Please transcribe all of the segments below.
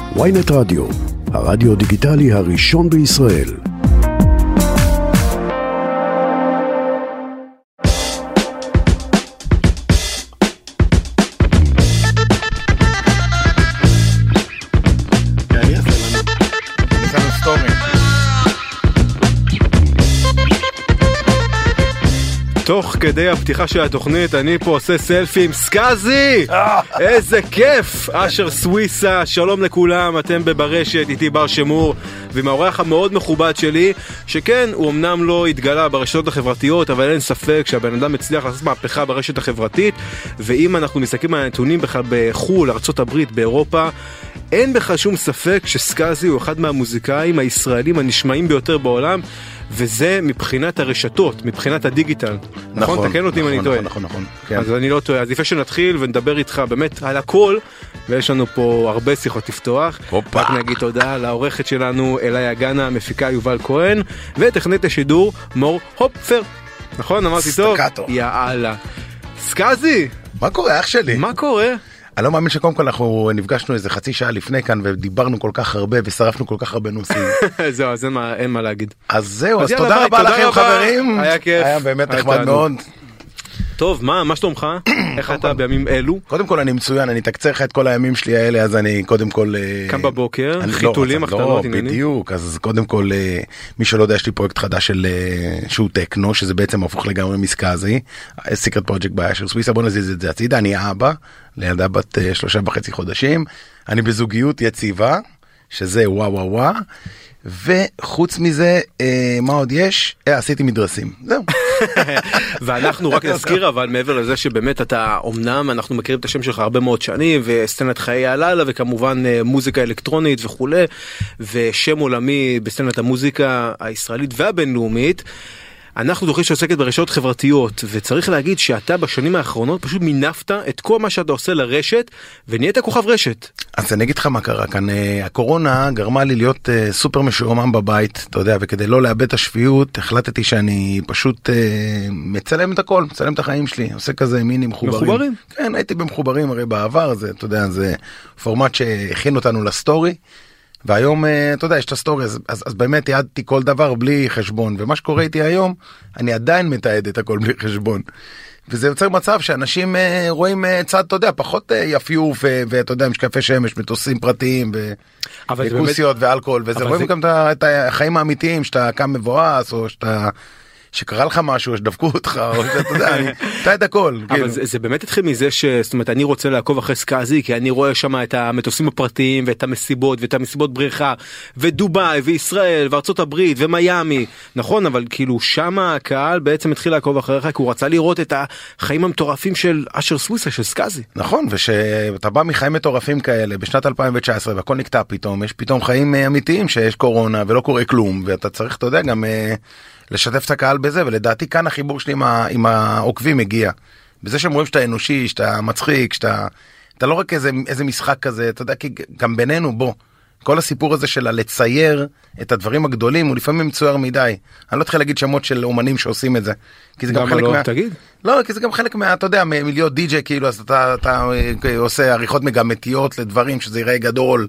ynet רדיו, הרדיו דיגיטלי הראשון בישראל. תוך כדי הפתיחה של התוכנית אני פה עושה סלפי עם סקאזי. איזה כיף. אשר סוויסה, שלום לכולם, אתם בברשת, איתי בר שמור ועם האורח המאוד מכובד שלי, שכן הוא אמנם לא התגלה ברשתות החברתיות, אבל אין ספק שהבן אדם הצליח לעשות מהפכה ברשת החברתית. ואם אנחנו מסתכלים על הנתונים בכלל בחול, ארצות הברית, באירופה, אין בכלל שום ספק שסקאזי הוא אחד מהמוזיקאים הישראלים הנשמעים ביותר בעולם, וזה מבחינת הרשתות, מבחינת הדיגיטל. נכון, תקן אותי אם אני טועה. נכון. אז אני לא טועה. אז לפני שנתחיל ונדבר איתך באמת על הכל, ויש לנו פה הרבה שיחות לפתוח. רק נגיד תודה לעורכת שלנו אליה גנה, המפיקה יובל כהן, וטכנית השידור מור הופפר. נכון, אמרתי טוב? יאללה. סקאזי! מה קורה, אח שלי? מה קורה? אני לא מאמין שקודם כל אנחנו נפגשנו איזה חצי שעה לפני כאן ודיברנו כל כך הרבה ושרפנו כל כך הרבה נושאים. זהו, אז אין מה להגיד. אז זהו, אז תודה רבה לכם חברים. היה כיף. היה באמת נחמד מאוד. טוב, מה שלומך? איך אתה בימים אלו? קודם כל אני מצוין, אני תקצר לך את כל הימים שלי האלה, אז אני קודם כל... קם בבוקר, חיתולים, החתנות עניינים. בדיוק, אז קודם כל, מי שלא יודע, יש לי פרויקט חדש שהוא טכנו, שזה בעצם הפוך לגמרי מסקאזי, סיקרט פרויקט בעיה של סוויסה, בוא נזיז את זה הצידה, אני אבא, לילדה בת 3.5 חודשים, אני בזוגיות יציבה, שזה וואו, וחוץ מזה, מה עוד יש? עשיתי מדרסים, זהו. ואנחנו רק נזכיר, אבל מעבר לזה שבאמת אתה, אומנם אנחנו מכירים את השם שלך הרבה מאוד שנים, וסצנת חיי הלילה, וכמובן מוזיקה אלקטרונית וכו', ושם עולמי בסצנת המוזיקה הישראלית והבינלאומית, אנחנו זוכרים שעוסקת ברשתות חברתיות, וצריך להגיד שאתה בשנים האחרונות פשוט מינפת את כל מה שאתה עושה לרשת, ונהיית כוכב רשת. אז אני אגיד לך מה קרה כאן, הקורונה גרמה לי להיות סופר משועמם בבית, אתה יודע, וכדי לא לאבד את השפיות, החלטתי שאני פשוט מצלם את הכל, מצלם את החיים שלי, עושה כזה מיני מחוברים. כן, הייתי במחוברים הרי בעבר, זה, אתה יודע, זה פורמט שהכין אותנו לסטורי, והיום, אתה יודע, יש את הסטורי, אז באמת תיעדתי כל דבר בלי חשבון, ומה שקורה איתי היום, אני עדיין מתעד את הכל בלי חשבון. וזה יוצר מצב שאנשים רואים צד, אתה יודע, פחות יפיוף, ואתה יודע, משקפי שמש, מטוסים פרטיים, וכוסיות ואלכוהול, וזה רואים גם את החיים האמיתיים, שאתה קם מבואס, או שקרה לך משהו, שדפקו אותך, או שאתה יודע, אתה את הכל. אבל זה באמת התחיל מזה זאת אומרת, אני רוצה לעקוב אחרי סקאזי, כי אני רואה שם את המטוסים הפרטיים, ואת המסיבות, ואת המסיבות בריכה, ודובאי, וישראל, וארצות הברית, ומיימי, נכון, אבל כאילו שם הקהל בעצם התחיל לעקוב אחריך, כי הוא רצה לראות את החיים המטורפים של אשר סוויסה, של סקאזי. נכון, ושאתה בא מחיים מטורפים כאלה, בשנת 2019, והכל נקטע פתאום, יש פתאום חיים אמיתיים, שיש קורונה, ולא קורה כלום, ואתה צריך, אתה יודע, גם לשתף את הקהל בזה, ולדעתי כאן החיבור שלי עם העוקבים מגיע. בזה שהם רואים שאתה אנושי, שאתה מצחיק, שאתה לא רק איזה משחק כזה, אתה יודע, כי גם בינינו, בוא, כל הסיפור הזה של לצייר את הדברים הגדולים, הוא לפעמים מצויר מדי. אני לא צריך להגיד שמות של אומנים שעושים את זה. כי זה גם חלק לא, תגיד? לא, כי זה גם חלק אתה יודע, מלהיות די-ג'יי, כאילו, אז אתה עושה עריכות מגמתיות לדברים, שזה ייראה גדול.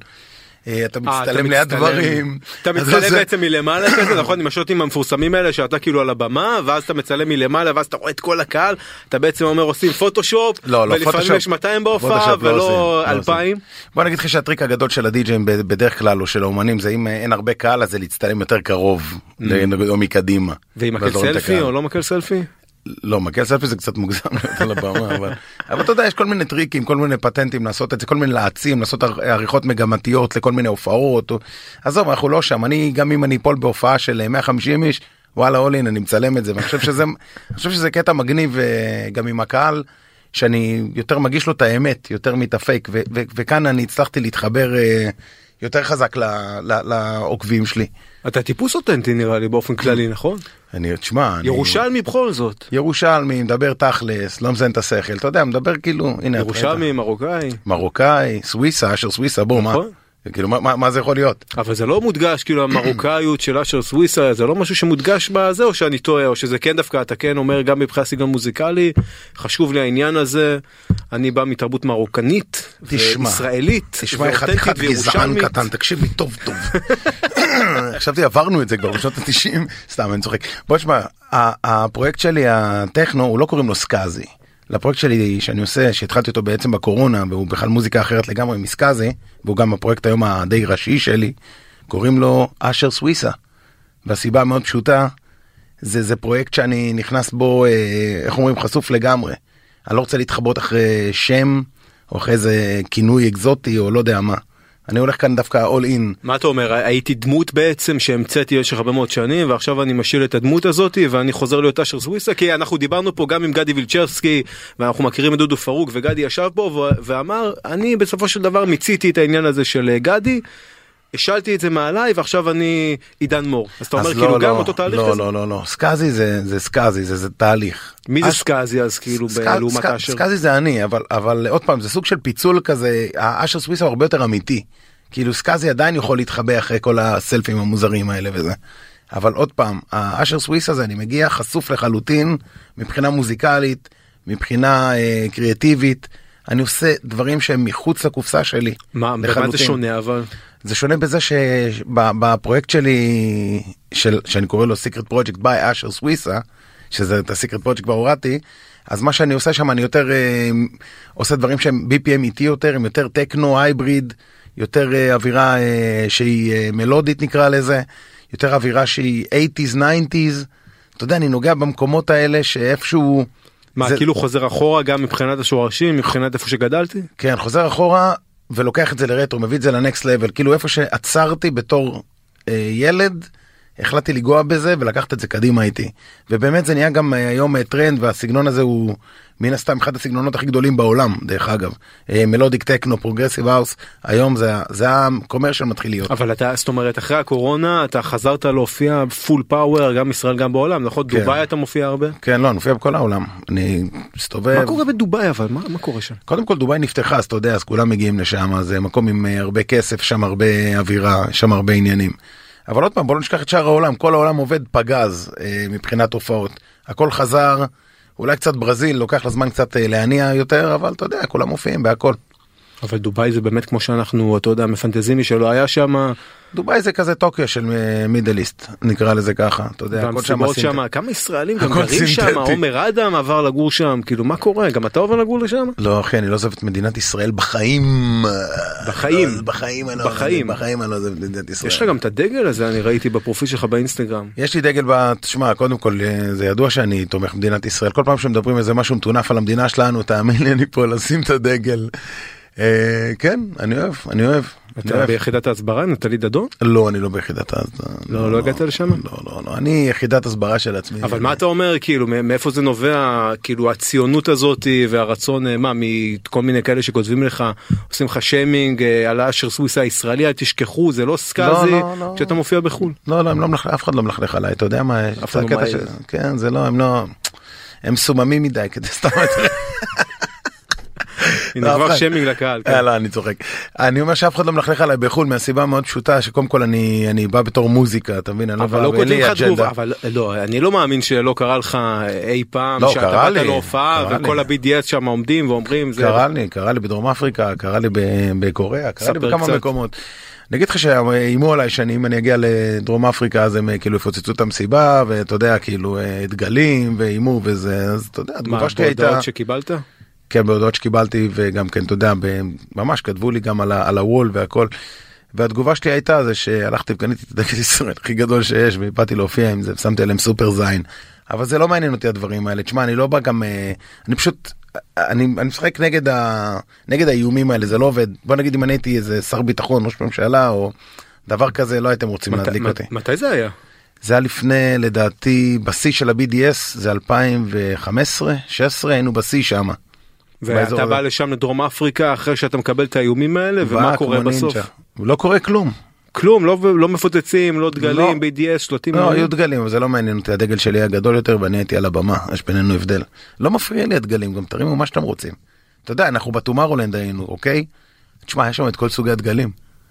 אתה מצטלם ליד דברים. אתה מצטלם בעצם מלמעלה כזה, נכון? עם השוטים המפורסמים האלה, שאתה כאילו על הבמה, ואז אתה מצלם מלמעלה, ואז אתה רואה את כל הקהל, אתה בעצם אומר עושים פוטושופ, ולפעמים יש 200 בהופעה, ולא 2,000. בוא נגיד לך שהטריק הגדול של הדי-ג'ים בדרך כלל, או של האומנים, זה אם אין הרבה קהל, אז זה להצטלם יותר קרוב, או מקדימה. ועם מקל סלפי, או לא מקל סלפי? לא, מקל סלפי זה קצת מוגזם יותר לבמה, אבל אתה יודע, יש כל מיני טריקים, כל מיני פטנטים לעשות את זה, כל מיני לעצים, לעשות עריכות מגמתיות לכל מיני הופעות. עזוב, אנחנו לא שם, גם אם אני אפול בהופעה של 150 איש, וואלה, אולין, אני מצלם את זה, ואני חושב שזה קטע מגניב גם עם הקהל, שאני יותר מגיש לו את האמת, יותר מתאפק, וכאן אני הצלחתי להתחבר יותר חזק לעוקבים שלי. אתה טיפוס אותנטי נראה לי באופן כללי, נכון? תשמע, ירושלמי בכל זאת. ירושלמי, מדבר תכלס, לא מזיין את השכל, אתה יודע, מדבר כאילו, הנה. ירושלמי, מרוקאי. סוויסה, אשר סוויסה, בוא, מה? כאילו, מה זה יכול להיות? אבל זה לא מודגש, כאילו המרוקאיות של אשר סוויסה, זה לא משהו שמודגש בזה, או שאני טועה, או שזה כן דווקא, אתה כן אומר גם מבחינת סגנון מוזיקלי, חשוב לי העניין הזה, אני בא מתרבות מרוקנית, וישראלית, תשמע, אחד גזען קטן, תקשיב לי טוב טוב. חשבתי, עברנו את זה כבר בשנות ה-90, סתם, אני צוחק. בוא תשמע, הפרויקט שלי, הטכנו, הוא לא קוראים לו סקאזי. לפרויקט שלי שאני עושה, שהתחלתי אותו בעצם בקורונה, והוא בכלל מוזיקה אחרת לגמרי מסקאזי, והוא גם הפרויקט היום הדי ראשי שלי, קוראים לו אשר סוויסה. והסיבה מאוד פשוטה, זה פרויקט שאני נכנס בו, איך אומרים, חשוף לגמרי. אני לא רוצה להתחבות אחרי שם, או אחרי איזה כינוי אקזוטי, או לא יודע מה. אני הולך כאן דווקא all in. מה אתה אומר? הייתי דמות בעצם שהמצאתי במשך הרבה מאוד שנים, ועכשיו אני משאיר את הדמות הזאת, ואני חוזר להיות אשר סוויסה, כי אנחנו דיברנו פה גם עם גדי וילצ'רסקי, ואנחנו מכירים את דודו פרוק, וגדי ישב פה ואמר, אני בסופו של דבר מיציתי את העניין הזה של גדי, השאלתי את זה מעליי, ועכשיו אני עידן מור. אז אתה אומר כאילו גם אותו תהליך כזה? לא. סקאזי זה סקאזי, זה תהליך. מי זה סקאזי אז כאילו בלעומת אשר? סקאזי זה אני, אבל עוד פעם, זה סוג של פיצול כזה, האשר סוויסה הוא הרבה יותר אמיתי. כאילו סקאזי עדיין יכול להתחבא אחרי כל הסלפים המוזרים האלה וזה. אבל עוד פעם, האשר סוויסה הזה, אני מגיע חשוף לחלוטין, מבחינה מוזיקלית, מבחינה קריאטיבית, אני עושה דברים שהם מחוץ לקופסה שלי. מה, במה זה שונה אבל? זה שונה בזה שבפרויקט שלי, שאני קורא לו Secret Project by אשר סוויסה, שזה את ה-Secret Project כבר הורדתי, אז מה שאני עושה שם, אני יותר עושה דברים שהם BPM איטי יותר, הם יותר טכנו, הייבריד, יותר אווירה שהיא מלודית נקרא לזה, יותר אווירה שהיא 80s, 90s, אתה יודע, אני נוגע במקומות האלה שאיפשהו... מה, זה... כאילו חוזר אחורה גם מבחינת השורשים, מבחינת איפה שגדלתי? כן, חוזר אחורה ולוקח את זה לרטרו, מביא את זה לנקסט לבל, כאילו איפה שעצרתי בתור ילד, החלטתי לגוע בזה ולקחת את זה קדימה איתי. ובאמת זה נהיה גם היום טרנד, והסגנון הזה הוא מן הסתם אחד הסגנונות הכי גדולים בעולם, דרך אגב. מלודיק טכנו, פרוגרסיב האוס, היום זה הקומרשל מתחיל להיות. אבל אתה, זאת אומרת, אחרי הקורונה, אתה חזרת להופיע פול פאוור, גם ישראל, גם בעולם, נכון? כן. דוביי אתה מופיע הרבה? כן, לא, אני מופיע בכל העולם. אני מסתובב... מה קורה בדוביי אבל? מה קורה שם? קודם כל דוביי נפתחה, אז אתה יודע, אז כולם מגיעים לשם, זה מקום עם הרבה כסף, שם הרבה אווירה, שם הרבה עניינים. אבל עוד פעם, בוא לא נשכח את שאר העולם, כל העולם עובד פגז מבחינת הופעות. הכל חזר, אולי קצת ברזיל, לוקח לזמן קצת להניע יותר, אבל אתה יודע, כולם מופיעים בהכל. אבל דוביי זה באמת כמו שאנחנו, אתה יודע, מפנטזימי שלא היה שם. דוביי זה כזה טוקיו של מידל איסט, נקרא לזה ככה, אתה יודע, הכל שם, כמה ישראלים גם גרים שם, עומר אדם עבר לגור שם, כאילו מה קורה? גם אתה עובר לגור לשם? לא אחי, אני לא עוזב את מדינת ישראל בחיים. בחיים אני לא עוזב את מדינת ישראל. יש לך גם את הדגל הזה, אני ראיתי בפרופיל שלך באינסטגרם. יש לי דגל, תשמע, קודם כל, זה ידוע שאני תומך במדינת ישראל, כל פעם שמדברים איזה משהו מטונף על המדינה שלנו, תאמין לי, אני פה לשים את הדגל. כן, אני אוהב. אתה ביחידת ההסברה, נטלי דדון? לא, אני לא ביחידת ההסברה. לא הגעת לשם? לא, אני יחידת הסברה של עצמי. אבל מה אתה אומר, כאילו, מאיפה זה נובע, כאילו, הציונות הזאת והרצון, מה, מכל מיני כאלה שכותבים לך, עושים לך שיימינג על אשר סוויסה הישראלי, אל תשכחו, זה לא סקאזי, כשאתה מופיע בחו"ל. לא, אף אחד לא מלכלך עליי, אתה יודע מה, כן, זה לא, הם סוממים מדי, כדי סתם הנה כבר שיימינג לקהל. לא, אני צוחק. אני אומר שאף אחד לא מלכלך עליי בחו"ל מהסיבה מאוד פשוטה שקודם כל אני בא בתור מוזיקה, אתה מבין? אבל לא כותבים לך תגובה, אבל לא, אני לא מאמין שלא קרה לך אי פעם שאתה באת להופעה וכל ה-BDS שם עומדים ואומרים קרה לי בדרום אפריקה, קרה לי בקוריאה, קרה לי בכמה מקומות. אני אגיד לך שאימו עליי שאם אני אגיע לדרום אפריקה אז הם כאילו יפוצצו את המסיבה ואתה יודע כאילו דגלים ואימו וזה, אז אתה יודע, התגובה שלי הייתה... מה, בהודעות שקיבלת? כן, בהודעות שקיבלתי, וגם כן, אתה יודע, ממש כתבו לי גם על הוול והכל, והתגובה שלי הייתה זה שהלכתי וקניתי את הדגל ישראל הכי גדול שיש, ובאתי להופיע עם זה, ושמתי עליהם סופר זין, אבל זה לא מעניין אותי הדברים האלה, תשמע, אני לא בא גם, אני פשוט, אני משחק נגד האיומים האלה, זה לא עובד, בוא נגיד אם אני הייתי איזה שר ביטחון, ראש ממשלה, או דבר כזה, לא הייתם רוצים להדליק אותי. מתי זה היה? זה היה לפני, לדעתי, בשיא של ה-BDS, זה 2015, 16, היינו בשיא שם. ואתה בא לשם לדרום אפריקה אחרי שאתה מקבל את האיומים האלה, ומה קורה בסוף? לא קורה כלום. כלום, לא מפוצצים, לא דגלים, BDS, שלטים. לא, היו דגלים, אבל זה לא מעניין אותי, הדגל שלי היה גדול יותר ואני הייתי על הבמה, יש בינינו הבדל. לא מפריע לי הדגלים, גם תרימו מה שאתם רוצים. אתה יודע, אנחנו בטומארולנד היינו, אוקיי? תשמע, יש שם את כל סוגי הדגלים.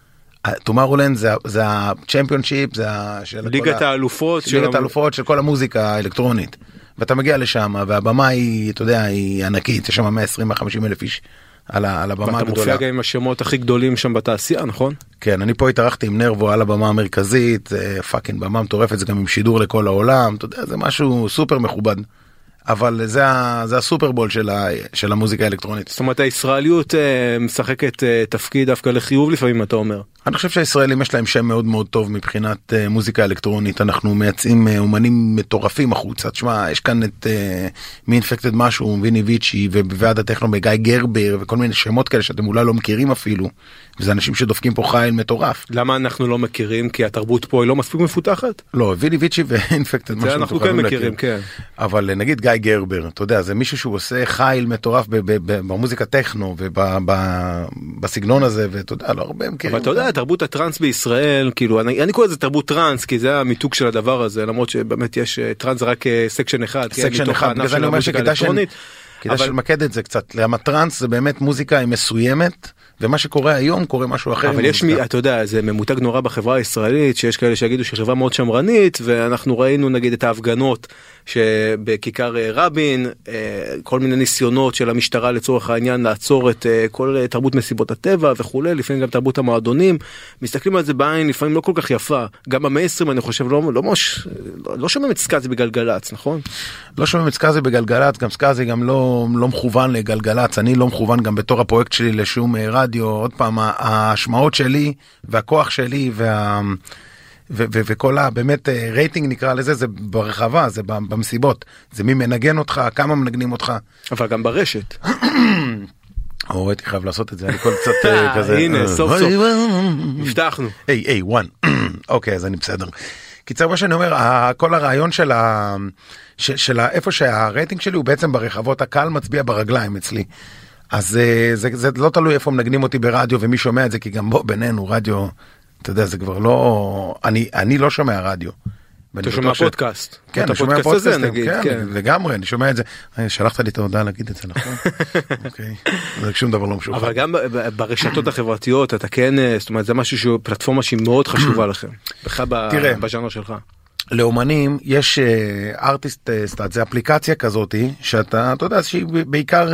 טומורלנד זה הצ'מפיונשיפ, זה ליגת האלופות של כל המוזיקה האלקטרונית. ואתה מגיע לשם, והבמה היא, אתה יודע, היא ענקית, יש שם 120-150 אלף איש על הבמה הגדולה. ואתה מופיע גם עם השמות הכי גדולים שם בתעשייה, נכון? כן, אני פה התארחתי עם נרבו על הבמה המרכזית, זה פאקינג במה מטורפת, זה גם עם שידור לכל העולם, אתה יודע, זה משהו סופר מכובד. אבל זה הסופרבול של המוזיקה האלקטרונית. זאת אומרת, הישראליות משחקת תפקיד דווקא לחיוב לפעמים, אתה אומר. אני חושב שהישראלים יש להם שם מאוד מאוד טוב מבחינת מוזיקה אלקטרונית, אנחנו מייצאים אומנים מטורפים החוצה. תשמע, יש כאן את מי אינפקטד משהו, ויני ויצ'י, ובוועד הטכנו בגיא גרבר, וכל מיני שמות כאלה שאתם אולי לא מכירים אפילו, וזה אנשים שדופקים פה חייל מטורף. למה אנחנו לא מכירים? כי התרבות פה היא לא מספיק מפותחת? לא, ויני ויצ'י ואינפקטד משהו. זה אנחנו כן מכירים, כן. אבל נגיד גיא גרבר, אתה יודע, זה מישהו שהוא עושה חייל מטורף במוזיקה טכנו ובסגנון הזה, ואתה יודע, לא הרבה מכירים. אבל אתה יודע, תרבות הטרנס בישראל, כאילו, אני קורא לזה תרבות טרנס, כי זה המיתוג של הדבר הזה, למרות שבאמת יש טרנס רק סקשן אחד, סקשן אחד, בגלל זה אני אומר שכדאי שנמקד את זה קצת, למה טרנס זה באמת מוזיקה מסוימת, ומה שקורה היום קורה משהו אחר. אבל יש אתה יודע, זה ממותג נורא בחברה הישראלית, שיש כאלה שיגידו שחברה מאוד שמרנית, ואנחנו ראינו נגיד את ההפגנות שבכיכר רבין, כל מיני ניסיונות של המשטרה לצורך העניין לעצור את כל תרבות מסיבות הטבע וכולי, לפעמים גם תרבות המועדונים, מסתכלים על זה בעין לפעמים לא כל כך יפה, גם במאה ה-20 אני חושב לא שומעים את סקאזי בגלגלץ, נכון? לא שומעים את סקאזי בגלגלץ, גם סקאזי גם לא מכוון לגלגלץ, אני לא מכוון גם בתור הפרויקט שלי לשום רדיו, עוד פעם, ההשמעות שלי והכוח שלי וכל באמת רייטינג נקרא לזה, זה ברחבה, זה במסיבות, זה מי מנגן אותך, כמה מנגנים אותך. אבל גם ברשת. הייתי חייב לעשות את זה, אני כל קצת כזה. הנה, סוף סוף. הבטחנו. היי, וואן. אוקיי, אז אני בסדר. קיצר, מה שאני אומר, כל הרעיון של איפה שהרייטינג שלי הוא בעצם ברחבות, הקהל מצביע ברגליים אצלי. אז זה לא תלוי איפה מנגנים אותי ברדיו ומי שומע את זה, כי גם בו בינינו רדיו, אתה יודע, זה כבר לא, אני לא שומע רדיו. אתה שומע פודקאסט. כן, אני שומע פודקאסט, כן, לגמרי, אני שומע את זה. שלחת לי את ההודעה להגיד את זה, נכון? אוקיי, זה שום דבר לא משהו. אבל גם ברשתות החברתיות, אתה כן, זאת אומרת, זה משהו שהוא פלטפורמה שהיא מאוד חשובה לכם. בך בז'אנר שלך. לאומנים יש ארטיסט סטאט, זה אפליקציה כזאת, שאתה יודע, שהיא בעיקר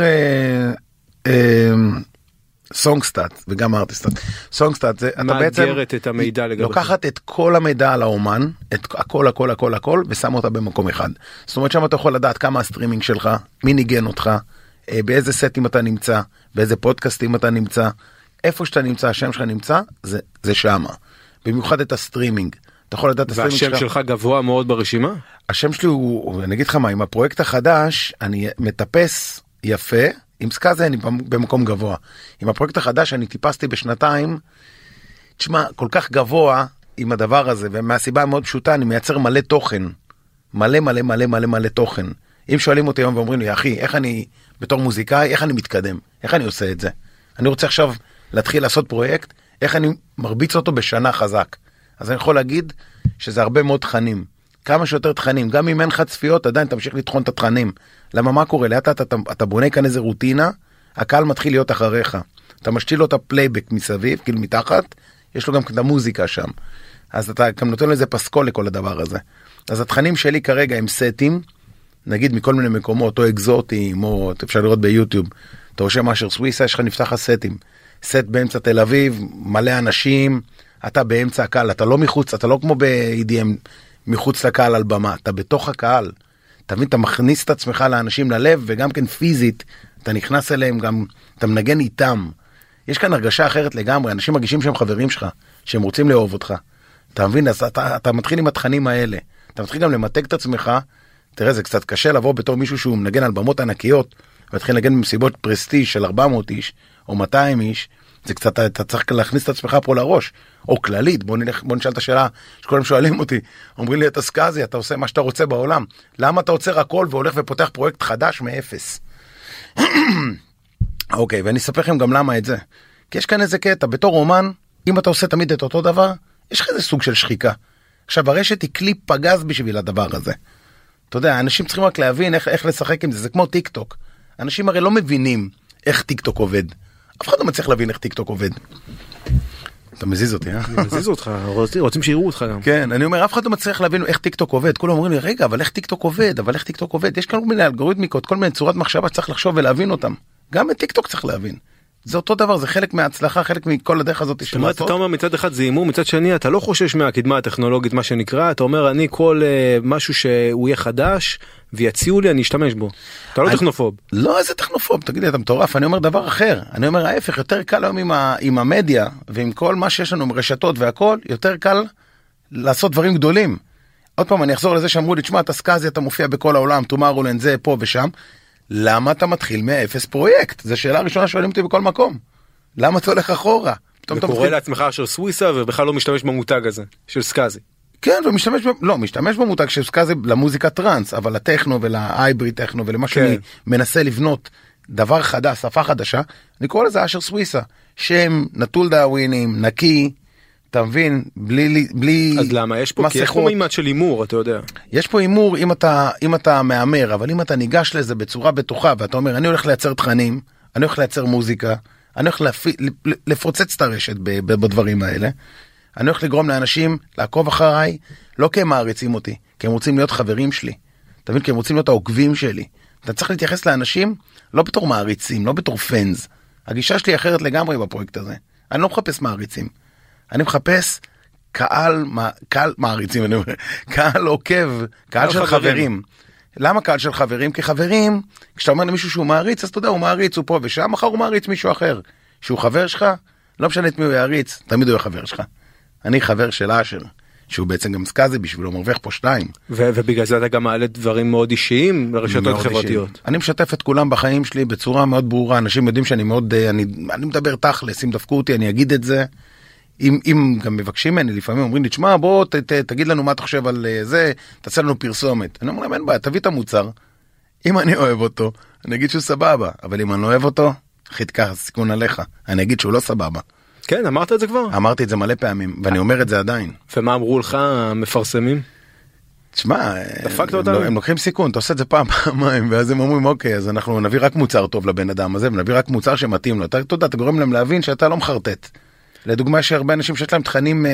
סונגסטאט וגם ארטיסטאט. סונגסטאט זה אתה בעצם מאגרת את המידע לגבי לוקחת את כל המידע על האומן, את הכל ושם אותה במקום אחד. זאת אומרת שם אתה יכול לדעת כמה הסטרימינג שלך, מי ניגן אותך, באיזה סטים אתה נמצא, באיזה פודקאסטים אתה נמצא, איפה שאתה נמצא, השם שלך נמצא, זה שמה. במיוחד את הסטרימינג. אתה יכול לדעת הסטרימינג שלך. והשם שלך גבוה מאוד ברשימה? השם שלי הוא, אני אגיד לך מה, עם הפרויקט החדש, אני מטפס יפה, עם סקאזי אני במקום גבוה. עם הפרויקט החדש אני טיפסתי בשנתיים, תשמע, כל כך גבוה עם הדבר הזה, ומהסיבה מאוד פשוטה, אני מייצר מלא תוכן. מלא תוכן. אם שואלים אותי היום ואומרים לי, אחי, איך אני, בתור מוזיקאי, איך אני מתקדם? איך אני עושה את זה? אני רוצה עכשיו להתחיל לעשות פרויקט, איך אני מרביץ אותו בשנה חזק. אז אני יכול להגיד שזה הרבה מאוד תכנים. כמה שיותר תכנים, גם אם אין לך צפיות, עדיין תמשיך לתחון את התכנים. למה מה קורה? לאט אתה בונה כאן איזה רוטינה, הקהל מתחיל להיות אחריך. אתה משתיל לו את הפלייבק מסביב, כאילו מתחת, יש לו גם את המוזיקה שם. אז אתה גם נותן לו איזה פסקול לכל הדבר הזה. אז התכנים שלי כרגע הם סטים, נגיד מכל מיני מקומות, או אקזוטיים, או אפשר לראות ביוטיוב, אתה רושם אשר סוויסה, יש לך נפתח הסטים. סט באמצע תל אביב, מלא אנשים, אתה באמצע הקהל, אתה לא מחוץ, אתה לא כמו ב-EDM מחוץ לקהל על במה, אתה בתוך הקהל. אתה מבין, אתה מכניס את עצמך לאנשים ללב, וגם כן פיזית, אתה נכנס אליהם, גם אתה מנגן איתם. יש כאן הרגשה אחרת לגמרי, אנשים מרגישים שהם חברים שלך, שהם רוצים לאהוב אותך. אתה מבין, אז אתה מתחיל עם התכנים האלה. אתה מתחיל גם למתג את עצמך, תראה, זה קצת קשה לבוא בתור מישהו שהוא מנגן על במות ענקיות, ומתחיל לנגן במסיבות פרסטיז' של 400 איש, או 200 איש, זה קצת, אתה צריך להכניס את עצמך פה לראש, או כללית, בוא נשאל את השאלה, שכולם שואלים אותי, אומרים לי, אתה סקאזי, אתה עושה מה שאתה רוצה בעולם, למה אתה עוצר הכל והולך ופותח פרויקט חדש מאפס? אוקיי, ואני אספר לכם גם למה את זה, כי יש כאן איזה קטע, בתור אומן, אם אתה עושה תמיד את אותו דבר, יש לך איזה סוג של שחיקה. עכשיו, הרשת היא כלי פגז בשביל הדבר הזה. אתה יודע, אנשים צריכים רק להבין איך לשחק עם זה, זה כמו טיק טוק. אנשים הרי לא מבינים איך טיק טוק עובד. אף אחד לא מצליח להבין איך טיק טוק עובד. אתה מזיז אותי, אה? אני מזיז אותך, רוצים שיראו אותך גם. כן, אני אומר, אף אחד לא מצליח להבין איך טיקטוק עובד. כולם אומרים לי, רגע, אבל איך טיקטוק עובד? אבל איך טיקטוק עובד? יש כל מיני אלגוריתמיקות, כל מיני צורת מחשבה שצריך לחשוב ולהבין אותם. גם את טיקטוק צריך להבין. זה אותו דבר, זה חלק מההצלחה, חלק מכל הדרך הזאת. זאת אומרת, אתה אומר מצד אחד זה אימור, מצד שני אתה לא חושש מהקדמה הטכנולוגית, מה שנקרא, אתה אומר, אני כל משהו שהוא יהיה חדש ויציעו לי, אני אשתמש בו. אתה לא טכנופוב. לא, איזה טכנופוב, תגיד לי, אתה מטורף. אני אומר דבר אחר. אני אומר, ההפך, יותר קל היום עם המדיה ועם כל מה שיש לנו, עם רשתות והכל, יותר קל לעשות דברים גדולים. עוד פעם, אני אחזור לזה שאמרו לי, תשמע, אתה סקאזי, אתה מופיע בכל העולם, טומארולנד, זה פה ושם. למה אתה מתחיל מאפס פרויקט? זו שאלה ראשונה שואלים אותי בכל מקום. למה אתה הולך אחורה? וקורא לעצמך של סוויסה ובכלל לא משתמש במותג הזה, של סקאזי. כן, משתמש במותג של סקאזי למוזיקה טרנס, אבל לטכנו ולהייבריד טכנו ולמה שאני מנסה לבנות דבר חדש, שפה חדשה, אני קורא לזה אשר סוויסה. שם, נטול דאווינים, נקי, אתה מבין, בלי אז למה? יש פה, כי יש פה מימד של אימור, אתה יודע. יש פה אימור אם אתה מאמר, אבל אם אתה ניגש לזה בצורה בטוחה, ואתה אומר, אני הולך לייצר תכנים, אני הולך לייצר מוזיקה, אני הולך לפוצץ את הרשת בדברים האלה, אני הולך לגרום לאנשים לעקוב אחריי, לא כי הם מעריצים אותי, כי הם רוצים להיות חברים שלי, אתה מבין, כי הם רוצים להיות העוקבים שלי. אתה צריך להתייחס לאנשים לא בתור מעריצים, לא בתור פנס. הגישה שלי אחרת לגמרי בפרויקט הזה. אני לא מחפש מעריצים. אני מחפש קהל מעריצים, אני אומר, קהל עוקב, קהל של חברים. למה קהל של חברים? כי חברים, כשאתה אומר למישהו שהוא מעריץ, אז אתה יודע, הוא מעריץ, הוא פה ושם, מחר הוא מעריץ מישהו אחר. שהוא חבר שלך, לא משנה את מי הוא יעריץ, תמיד הוא יהיה חבר שלך. אני חבר של אשר, שהוא בעצם גם סקאזי בשבילו, מרוויח פה 2. ובגלל זה אתה גם מעלה דברים מאוד אישיים ברשתות חברתיות. אני משתף את כולם בחיים שלי בצורה מאוד ברורה, אנשים יודעים שאני מאוד, אני מדבר תכלס, אם דפקו אותי, אני אגיד את זה. אם גם מבקשים ממני, לפעמים אומרים לי, תשמע, בוא תגיד לנו מה אתה חושב על זה, תעשה לנו פרסומת. אני אומר להם, אין בעיה, תביא את המוצר. אם אני אוהב אותו, אני אגיד שהוא סבבה, אבל אם אני לא אוהב אותו, חיתקה, סיכון עליך. אני אגיד שהוא לא סבבה. כן, אמרת את זה כבר? אמרתי את זה מלא פעמים, ואני אומר את זה עדיין. ומה אמרו לך המפרסמים? תשמע, דפקת אותנו? הם לוקחים סיכון, אתה עושה את זה פעמיים, ואז הם אומרים, אוקיי, אז אנחנו נביא רק מוצר טוב לבן אדם הזה, ונביא רק מוצר שמתאים לו. אתה יודע, אתה גורם להם להבין שאתה לא מחרטט. לדוגמה, שהרבה אנשים שיש להם תכנים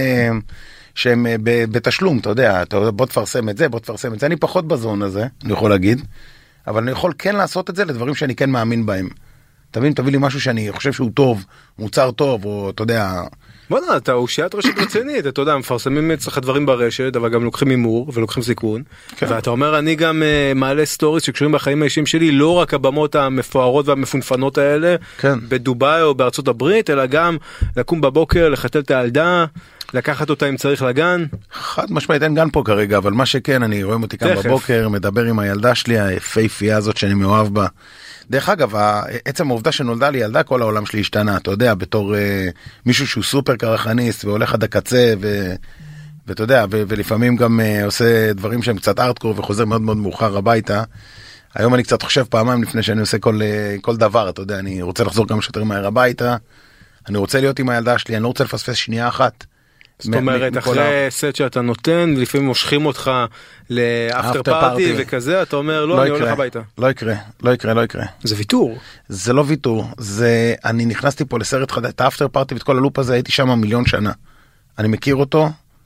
שהם בתשלום, אתה יודע, בוא תפרסם את זה, בוא תפרסם את זה. אני פחות בזון הזה, אני יכול להגיד, אבל אני יכול כן לעשות את זה לדברים שאני כן מאמין בהם. תביא לי משהו שאני חושב שהוא טוב, מוצר טוב, או אתה יודע... בוא נה, אתה אושיית רשת רצינית, אתה יודע, מפרסמים אצלך דברים ברשת, אבל גם לוקחים הימור ולוקחים סיכון, ואתה אומר, אני גם מעלה סטוריס שקשורים בחיים האישיים שלי, לא רק הבמות המפוארות והמפונפנות האלה, בדובאי או בארצות הברית, אלא גם לקום בבוקר, לחתל את הילדה, לקחת אותה אם צריך לגן. חד משמעית, אין גן פה כרגע, אבל מה שכן, אני רואה אותי כאן בבוקר, מדבר עם הילדה שלי, היפהפייה הזאת שאני מאוהב בה. דרך אגב, עצם העובדה שנולדה לי ילדה, כל העולם שלי השתנה, אתה יודע, בתור מישהו שהוא סופר קרחניסט, והולך עד הקצה, ואתה יודע, ולפעמים גם עושה דברים שהם קצת ארטקור, וחוזר מאוד מאוד מאוחר הביתה. היום אני קצת חושב פעמיים לפני שאני עושה כל דבר, אתה יודע, אני רוצה לחזור כמה שיותר מהר הביתה, אני רוצה להיות עם הילדה שלי, אני לא רוצה לפספס שנייה אחת. זאת אומרת, אחרי סט שאתה נותן, לפעמים מושכים אותך לאפטר פארטי וכזה, אתה אומר, לא, אני הולך הביתה. לא יקרה. זה ויתור. זה לא ויתור, אני נכנסתי פה לסרט חדש, את האפטר פארטי ואת כל הלופ הזה, הייתי שם 1,000,000 שנה. אני מכיר אותו,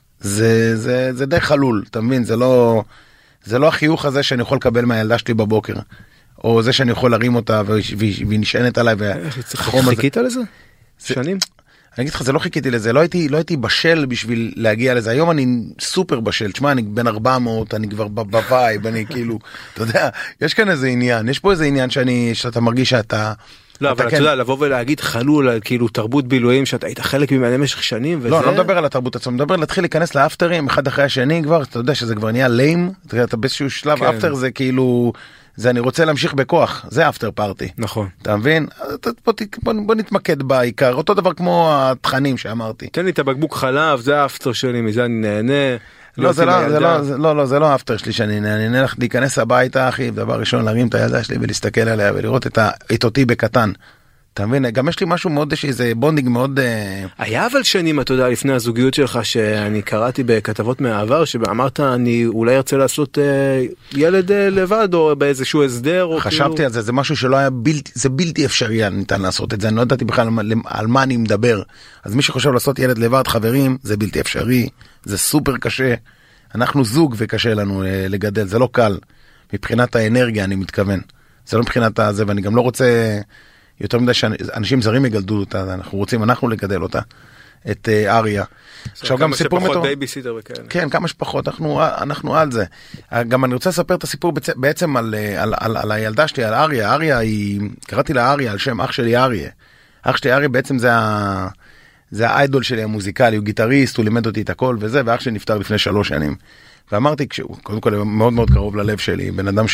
זה די חלול, אתה מבין, זה לא החיוך הזה שאני יכול לקבל מהילדה שלי בבוקר, או זה שאני יכול להרים אותה והיא נשענת עליי. חיכית לזה? שנים? אני אגיד לך, זה לא חיכיתי לזה, לא הייתי בשל בשביל להגיע לזה, היום אני סופר בשל, תשמע, אני בין 400, אני כבר בווייב, אני כאילו, אתה יודע, יש כאן איזה עניין, יש פה איזה עניין שאתה מרגיש שאתה... לא, אבל אתה יודע, לבוא ולהגיד חלול על כאילו תרבות בילויים, שאתה היית חלק ממנה במשך שנים, וזה... לא, אני לא מדבר על התרבות עצמה, אני מדבר להתחיל להיכנס לאפטרים, אחד אחרי השני כבר, אתה יודע שזה כבר נהיה ליים, אתה באיזשהו שלב אפטר זה כאילו... זה אני רוצה להמשיך בכוח, זה אפטר פארטי. נכון. אתה מבין? בוא נתמקד בעיקר, אותו דבר כמו התכנים שאמרתי. תן לי את הבקבוק חלב, זה האפטר שלי, מזה אני נהנה. לא, זה לא האפטר שלי שאני נהנה, אני נהנה להיכנס הביתה, אחי, דבר ראשון, להרים את הילדה שלי ולהסתכל עליה ולראות את אותי בקטן. אתה מבין, גם יש לי משהו מאוד, שזה בונדינג מאוד... היה אבל שנים, אתה יודע, לפני הזוגיות שלך, שאני קראתי בכתבות מהעבר, שאמרת, אני אולי ארצה לעשות ילד לבד, או באיזשהו הסדר, או חשבתי על זה, זה משהו שלא היה זה בלתי אפשרי ניתן לעשות את זה, אני לא ידעתי בכלל על מה אני מדבר. אז מי שחושב לעשות ילד לבד, חברים, זה בלתי אפשרי, זה סופר קשה. אנחנו זוג וקשה לנו לגדל, זה לא קל. מבחינת האנרגיה, אני מתכוון. זה לא מבחינת הזה, ואני גם לא רוצה... יותר מדי שאנשים זרים יגלדו אותה, אנחנו רוצים אנחנו לגדל אותה, את אריה. עכשיו גם סיפור מטור. כמה שפחות בייביסיטר וכאלה. כן, כמה שפחות, אנחנו על זה. גם אני רוצה לספר את הסיפור בעצם על הילדה שלי, על אריה. אריה היא, קראתי לה אריה על שם אח שלי אריה. אח שלי אריה בעצם זה האיידול שלי המוזיקלי, הוא גיטריסט, הוא לימד אותי את הכל וזה, ואח שלי נפטר לפני 3 שנים. ואמרתי, קודם כל מאוד מאוד קרוב ללב שלי, בן אדם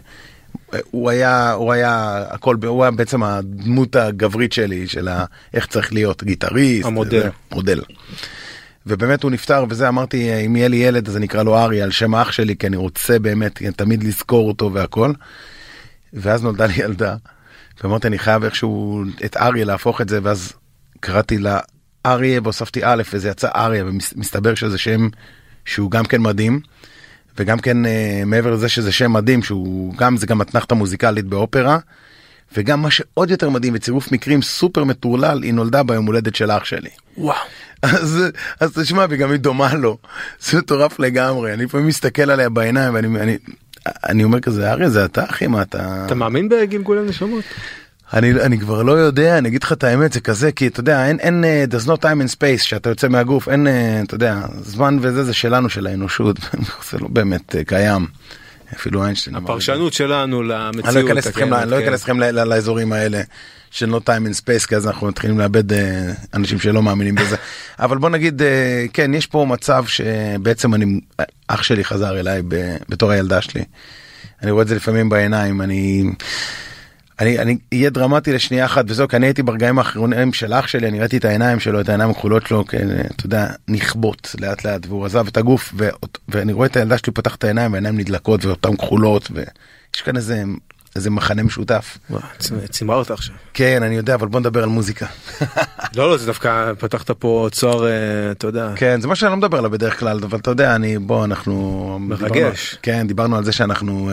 הוא היה הכל, הוא היה בעצם הדמות הגברית שלי, של איך צריך להיות גיטריסט. המודל. ובאמת הוא נפטר, וזה אמרתי, אם יהיה לי ילד, אז אני אקרא לו אריה, על שם האח שלי, כי אני רוצה באמת תמיד לזכור אותו והכל. ואז נולדה לי ילדה, ואמרתי, אני חייב איכשהו את אריה להפוך את זה, ואז קראתי לה אריה, והוספתי א', וזה יצא אריה, ומסתבר שזה שם שהוא גם כן מדהים. וגם כן מעבר לזה שזה שם מדהים, זה גם התנחת מוזיקלית באופרה, וגם מה שעוד יותר מדהים, בצירוף מקרים סופר מטורלל, היא נולדה ביום הולדת של אח שלי. וואו. אז תשמע, וגם היא דומה לו. זה מטורף לגמרי. אני פעמים מסתכל עליה בעיניים, ואני אומר כזה, אריה, זה אתה, אחי, מה אתה... אתה מאמין בגלגולי נשמות? אני כבר לא יודע, אני אגיד לך את האמת, זה כזה, כי אתה יודע, אין, there's no time and space, שאתה יוצא מהגוף, אין, אתה יודע, זמן וזה, זה שלנו, של האנושות, זה לא באמת קיים, אפילו איינשטיין. הפרשנות שלנו למציאות. אני לא אכנס לכם לאזורים האלה, של no time and space, כי אז אנחנו מתחילים לאבד אנשים שלא מאמינים בזה, אבל בוא נגיד, כן, יש פה מצב שבעצם אח שלי חזר אליי בתור הילדה שלי, אני רואה את זה לפעמים בעיניים, אני אהיה דרמטי לשנייה אחת וזהו, כי אני הייתי ברגעים האחרונים של אח שלי, אני ראיתי את העיניים שלו, את העיניים הכחולות שלו, אתה יודע, נכבות לאט לאט, והוא עזב את הגוף, ואני רואה את הילדה שלי פותח את העיניים, והעיניים נדלקות, ואותן כחולות, ויש כאן איזה מחנה משותף. צימרה אותה עכשיו. כן, אני יודע, אבל בוא נדבר על מוזיקה. לא, זה דווקא פתחת פה צוהר, אתה יודע. כן, זה מה שאני לא מדבר עליו בדרך כלל, אבל אתה יודע, אנחנו... מרגש. כן, דיברנו על זה שאנחנו...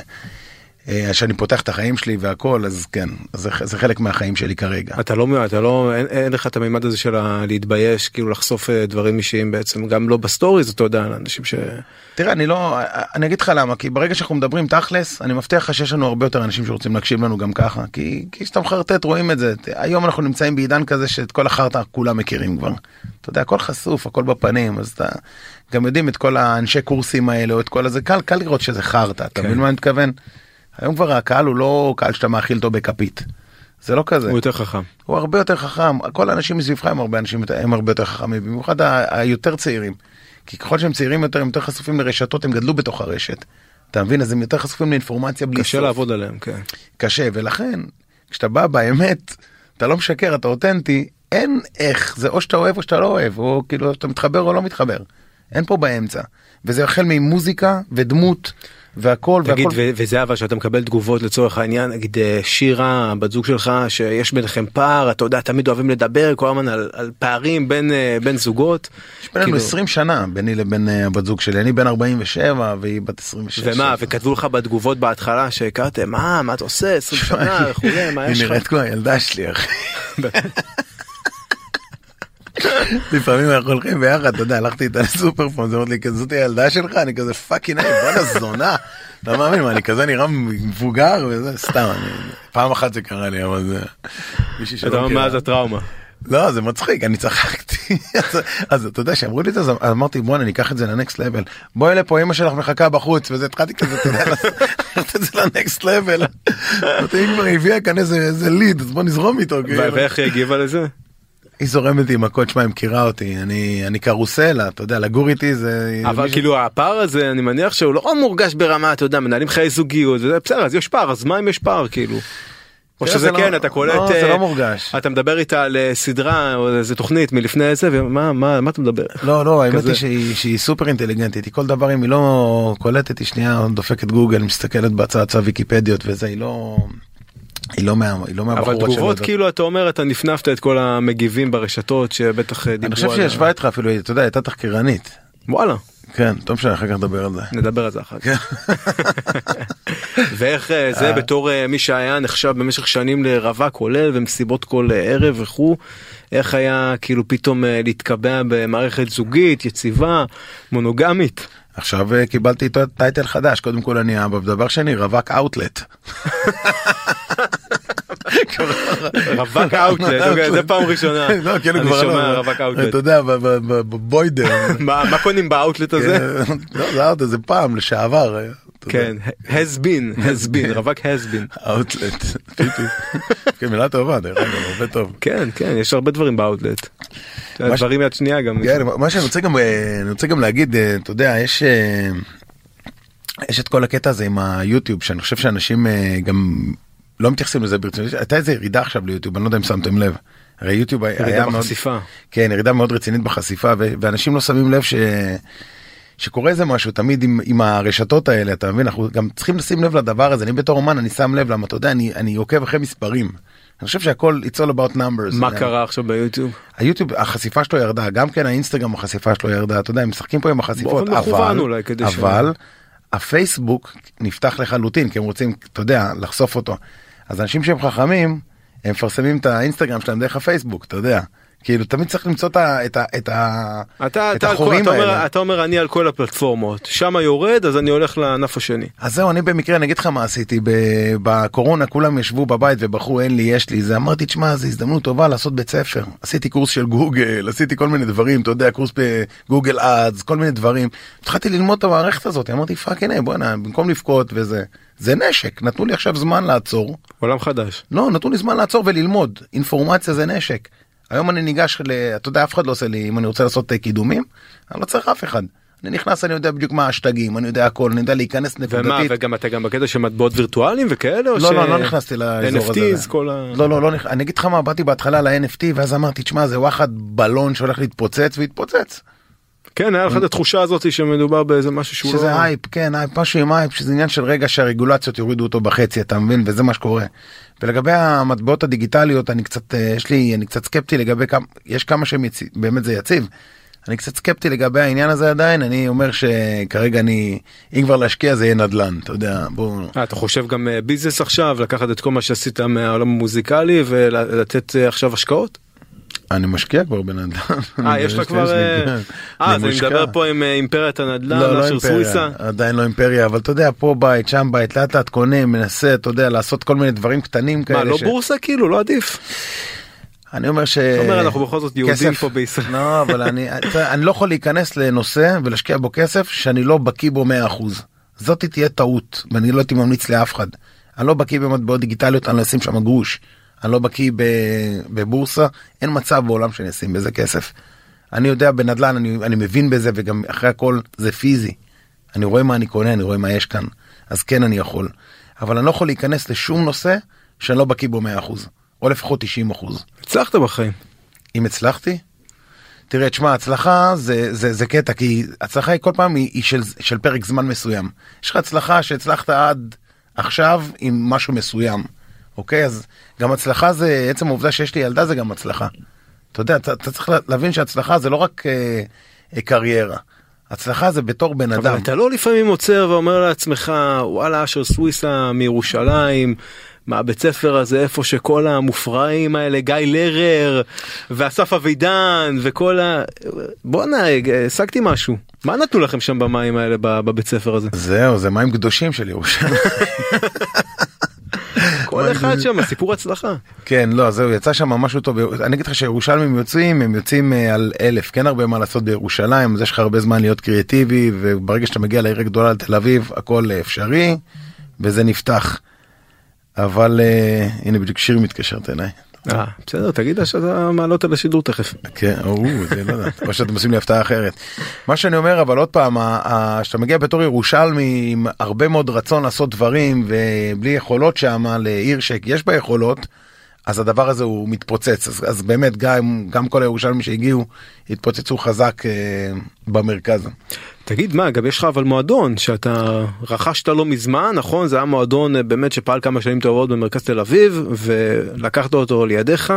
שאני פותח את החיים שלי והכל, אז כן, זה חלק מהחיים שלי כרגע. אין לך את המימד הזה של להתבייש, כאילו לחשוף דברים אישיים בעצם, גם לא בסטוריז, אתה יודע, אנשים ש... תראה, אני אגיד לך למה, כי ברגע שאנחנו מדברים תכלס, אני מבטיח לך שיש לנו הרבה יותר אנשים שרוצים להקשיב לנו גם ככה, כי שאתה מחרטט, רואים את זה. היום אנחנו נמצאים בעידן כזה שאת כל החרטה כולם מכירים כבר. אתה יודע, הכל חשוף, הכל בפנים, אז אתה גם יודעים את כל האנשי קורסים האלה, או את כל הזה, קל לראות שזה חרטה, אתה מבין מה אני מתכוון? היום כבר הקהל הוא לא קהל שאתה מאכיל אותו בכפית. זה לא כזה. הוא יותר חכם. הוא הרבה יותר חכם. כל האנשים מסביבך הם הרבה יותר חכמים, במיוחד היותר צעירים. כי ככל שהם צעירים יותר, הם יותר חשופים לרשתות, הם גדלו בתוך הרשת. אתה מבין? אז הם יותר חשופים לאינפורמציה בלי סוף. קשה לעבוד עליהם, כן. קשה, ולכן, כשאתה בא באמת, אתה לא משקר, אתה אותנטי, אין איך, זה או שאתה אוהב או שאתה לא אוהב, או כאילו אתה מתחבר או לא מתחבר. אין פה באמצע. וזה החל ממוזיקה ודמות, והכל, תגיד, וזה אבל שאתה מקבל תגובות לצורך העניין, נגיד שירה, בת זוג שלך, שיש ביניכם פער, אתה יודע, תמיד אוהבים לדבר כל הזמן על פערים בין זוגות. יש בינינו 20 שנה ביני לבין הבת זוג שלי, אני בן 47 והיא בת 26. ומה, וכתבו לך בתגובות בהתחלה שהכרתם, מה אתה עושה, 20 שנה, וכולי, מה יש לך? היא נראית כמו הילדה שלי, אחי. לפעמים אנחנו הולכים ביחד, אתה יודע, הלכתי איתה לסופרפון, זה אומרת לי, זאת הילדה שלך, אני כזה פאקינג, בוא נזונה, אתה מאמין מה, אני כזה נראה מבוגר, וזה סתם, פעם אחת זה קרה לי, אבל זה... אתה אומר, מה זה הטראומה? לא, זה מצחיק, אני צחקתי, אז אתה יודע, שאמרו לי את זה, אמרתי, בוא ניקח את זה לנקסט לבל, בואי לפה, אמא שלך מחכה בחוץ, וזה התחלתי כזה, אתה יודע, לקחת את זה לנקסט לבל, היא כבר הביאה כאן איזה ליד, אז בוא נזרום איתו. ואיך היא הגיבה לזה? היא זורמת עם הקוד שמה, היא מכירה אותי, אני קרוסלה, אתה יודע, לגור איתי זה... אבל כאילו הפער הזה, אני מניח שהוא לא מורגש ברמה, אתה יודע, מנהלים חיי זוגיות, וזה בסדר, אז יש פער, אז מה אם יש פער, כאילו? או שזה כן, אתה קולט... לא, זה לא מורגש. אתה מדבר איתה על סדרה, או איזה תוכנית מלפני איזה, ומה אתה מדבר? לא, האמת היא שהיא סופר אינטליגנטית, היא כל דבר, אם היא לא קולטת, היא שנייה דופקת גוגל, מסתכלת בהצעת ויקיפדיות וזה, היא לא... היא לא מהבחורות אבל תגובות כאילו אתה אומר אתה נפנפת את כל המגיבים ברשתות שבטח דיברו אני חושב שהיא ישבה איתך אפילו, אתה יודע, הייתה תחקירנית. וואלה. כן, טוב משנה, אחר כך נדבר על זה. נדבר על זה אחר כך. ואיך זה בתור מי שהיה נחשב במשך שנים לרווק כולל ומסיבות כל ערב וכו', איך היה כאילו פתאום להתקבע במערכת זוגית, יציבה, מונוגמית? עכשיו קיבלתי איתו טייטל חדש, קודם כל אני אבא, ודבר שני, רווק אאוטלט. רווק אאוטלט, זה פעם ראשונה. אני שומע רווק אאוטלט. אתה יודע, בבוידר. מה קונים באאוטלט הזה? לא, זה פעם, לשעבר. כן, has been, רווק has been. אאוטלט, כן, מילה טובה, דרך אגב, הרבה טוב. כן, יש הרבה דברים באאוטלט. דברים יד שנייה גם. מה שאני רוצה גם להגיד, אתה יודע, יש את כל הקטע הזה עם היוטיוב, שאני חושב שאנשים גם לא מתייחסים לזה ברצינות. הייתה איזה ירידה עכשיו ליוטיוב, אני לא יודע אם שמתם לב. הרי יוטיוב היה מאוד... בחשיפה. כן, ירידה מאוד רצינית בחשיפה, ואנשים לא שמים לב שקורה איזה משהו, תמיד עם הרשתות האלה, אתה מבין? אנחנו גם צריכים לשים לב לדבר הזה. אני בתור אומן, אני שם לב למה, אתה יודע, אני עוקב אחרי מספרים. אני חושב שהכל, it's all about numbers. מה קרה עכשיו ביוטיוב? היוטיוב, החשיפה שלו ירדה, גם כן האינסטגרם החשיפה שלו ירדה, אתה יודע, הם משחקים פה עם החשיפות, אבל הפייסבוק נפתח לחלוטין, כי הם רוצים, אתה יודע, לחשוף אותו. אז אנשים שהם חכמים, הם מפרסמים את האינסטגרם שלהם דרך הפייסבוק, אתה יודע. כאילו, תמיד צריך למצוא את החורים האלה. אתה אומר, אני על כל הפלטפורמות. שם יורד, אז אני הולך לענף השני. אז זהו, אני במקרה, אני אגיד לך מה עשיתי. בקורונה כולם ישבו בבית ובחרו, אין לי, יש לי. זה אמרתי, תשמע, זו הזדמנות טובה לעשות בית ספר. עשיתי קורס של גוגל, עשיתי כל מיני דברים, אתה יודע, קורס בגוגל אדס, כל מיני דברים. התחלתי ללמוד את המערכת הזאת. אמרתי, פאק, הנה, בוא נה, במקום לפקות וזה. זה נשק. נתנו לי עכשיו זמן לעצור. עולם חדש. לא, נתנו לי זמן לעצור וללמוד. אינפורמציה זה נשק. היום אני ניגש, אתה יודע, אף אחד לא עושה לי, אם אני רוצה לעשות קידומים, אני לא צריך אף אחד. אני נכנס, אני יודע בדיוק מה השטגים, אני יודע הכל, אני יודע להיכנס נקודתית. ומה, וגם אתה גם בקטע של מטבעות וירטואליים וכאלה? לא נכנסתי לאזור הזה. NFTs, כל ה... לא, אני אגיד לך מה, באתי בהתחלה ל-NFT, ואז אמרתי, תשמע, זה וואחד בלון שהולך להתפוצץ והתפוצץ. כן, היה לך את התחושה הזאת שמדובר באיזה משהו שהוא לא... שזה הייפ, כן, משהו עם הייפ, שזה עניין של רגע שהרגולציות יורידו אותו בחצי, אתה מבין? וזה מה שקורה. ולגבי המטבעות הדיגיטליות, אני קצת סקפטי לגבי יש כמה שבאמת זה יציב. אני קצת סקפטי לגבי העניין הזה עדיין, אני אומר שכרגע אם כבר להשקיע זה יהיה נדל"ן, אתה יודע, בוא... אתה חושב גם ביזנס עכשיו, לקחת את כל מה שעשית מהעולם המוזיקלי ולתת עכשיו השקעות? אני משקיע כבר בנדל"ן. יש לך כבר... אז אני מדבר פה עם אימפריית הנדל"ן, אשר סוויסה. עדיין לא אימפריה, אבל אתה יודע, פה בית, שם בית, לאט לאט קונה, מנסה, אתה יודע, לעשות כל מיני דברים קטנים כאלה. מה, לא בורסה כאילו? לא עדיף? אני אומר אתה אומר, אנחנו בכל זאת יהודים פה בישראל. לא, אבל אני לא יכול להיכנס לנושא ולהשקיע בו כסף שאני לא בקיא בו 100%. זאת תהיה טעות, ואני לא הייתי ממליץ לאף אחד. אני לא בקיא במטבעות דיגיטליות, אני לא אשים שם גרוש. אני לא בקיא בבורסה, אין מצב בעולם שאני אשים בזה כסף. אני יודע בנדל"ן, אני מבין בזה, וגם אחרי הכל זה פיזי. אני רואה מה אני קונה, אני רואה מה יש כאן. אז כן אני יכול. אבל אני לא יכול להיכנס לשום נושא שאני לא בקיא בו 100%. או לפחות 90%. הצלחת בחיים. אם הצלחתי? תראה, תשמע, הצלחה זה קטע, כי הצלחה היא כל פעם היא של פרק זמן מסוים. יש לך הצלחה שהצלחת עד עכשיו עם משהו מסוים. אוקיי, אז גם הצלחה זה, עצם העובדה שיש לי ילדה זה גם הצלחה. אתה יודע, אתה צריך להבין שהצלחה זה לא רק קריירה. הצלחה זה בתור בן אדם. אבל אתה לא לפעמים עוצר ואומר לעצמך, וואלה, אשר סוויסה מירושלים, מהבית ספר הזה, איפה שכל המופרעים האלה, גיא לרר, ואסף אבידן, וכל בוא'נה, השגתי משהו. מה נתנו לכם שם במים האלה בבית ספר הזה? זהו, זה מים קדושים של ירושלים. כל אחד שם, סיפור הצלחה. כן, לא, זהו, יצא שם משהו טוב. אני אגיד לך שירושלמים הם יוצאים על 1,000, כן הרבה מה לעשות בירושלים, אז יש לך הרבה זמן להיות קריאטיבי, וברגע שאתה מגיע לעיר גדולה לתל אביב, הכל אפשרי, וזה נפתח. אבל הנה בדיוק שיר מתקשרת אליי. בסדר, תגיד שאתה מעלות על השידור תכף. כן, זה לא יודעת, או שאתם עושים לי הפתעה אחרת. מה שאני אומר, אבל עוד פעם, שאתה מגיע בתור ירושלמי עם הרבה מאוד רצון לעשות דברים, ובלי יכולות שם לעיר שיש בה יכולות, אז הדבר הזה הוא מתפוצץ. אז באמת, גם כל הירושלמים שהגיעו, התפוצצו חזק במרכז. תגיד מה, גם יש לך אבל מועדון שאתה רכשת לא מזמן, נכון? זה היה מועדון באמת שפעל כמה שנים טובות במרכז תל אביב, ולקחת אותו לידיך.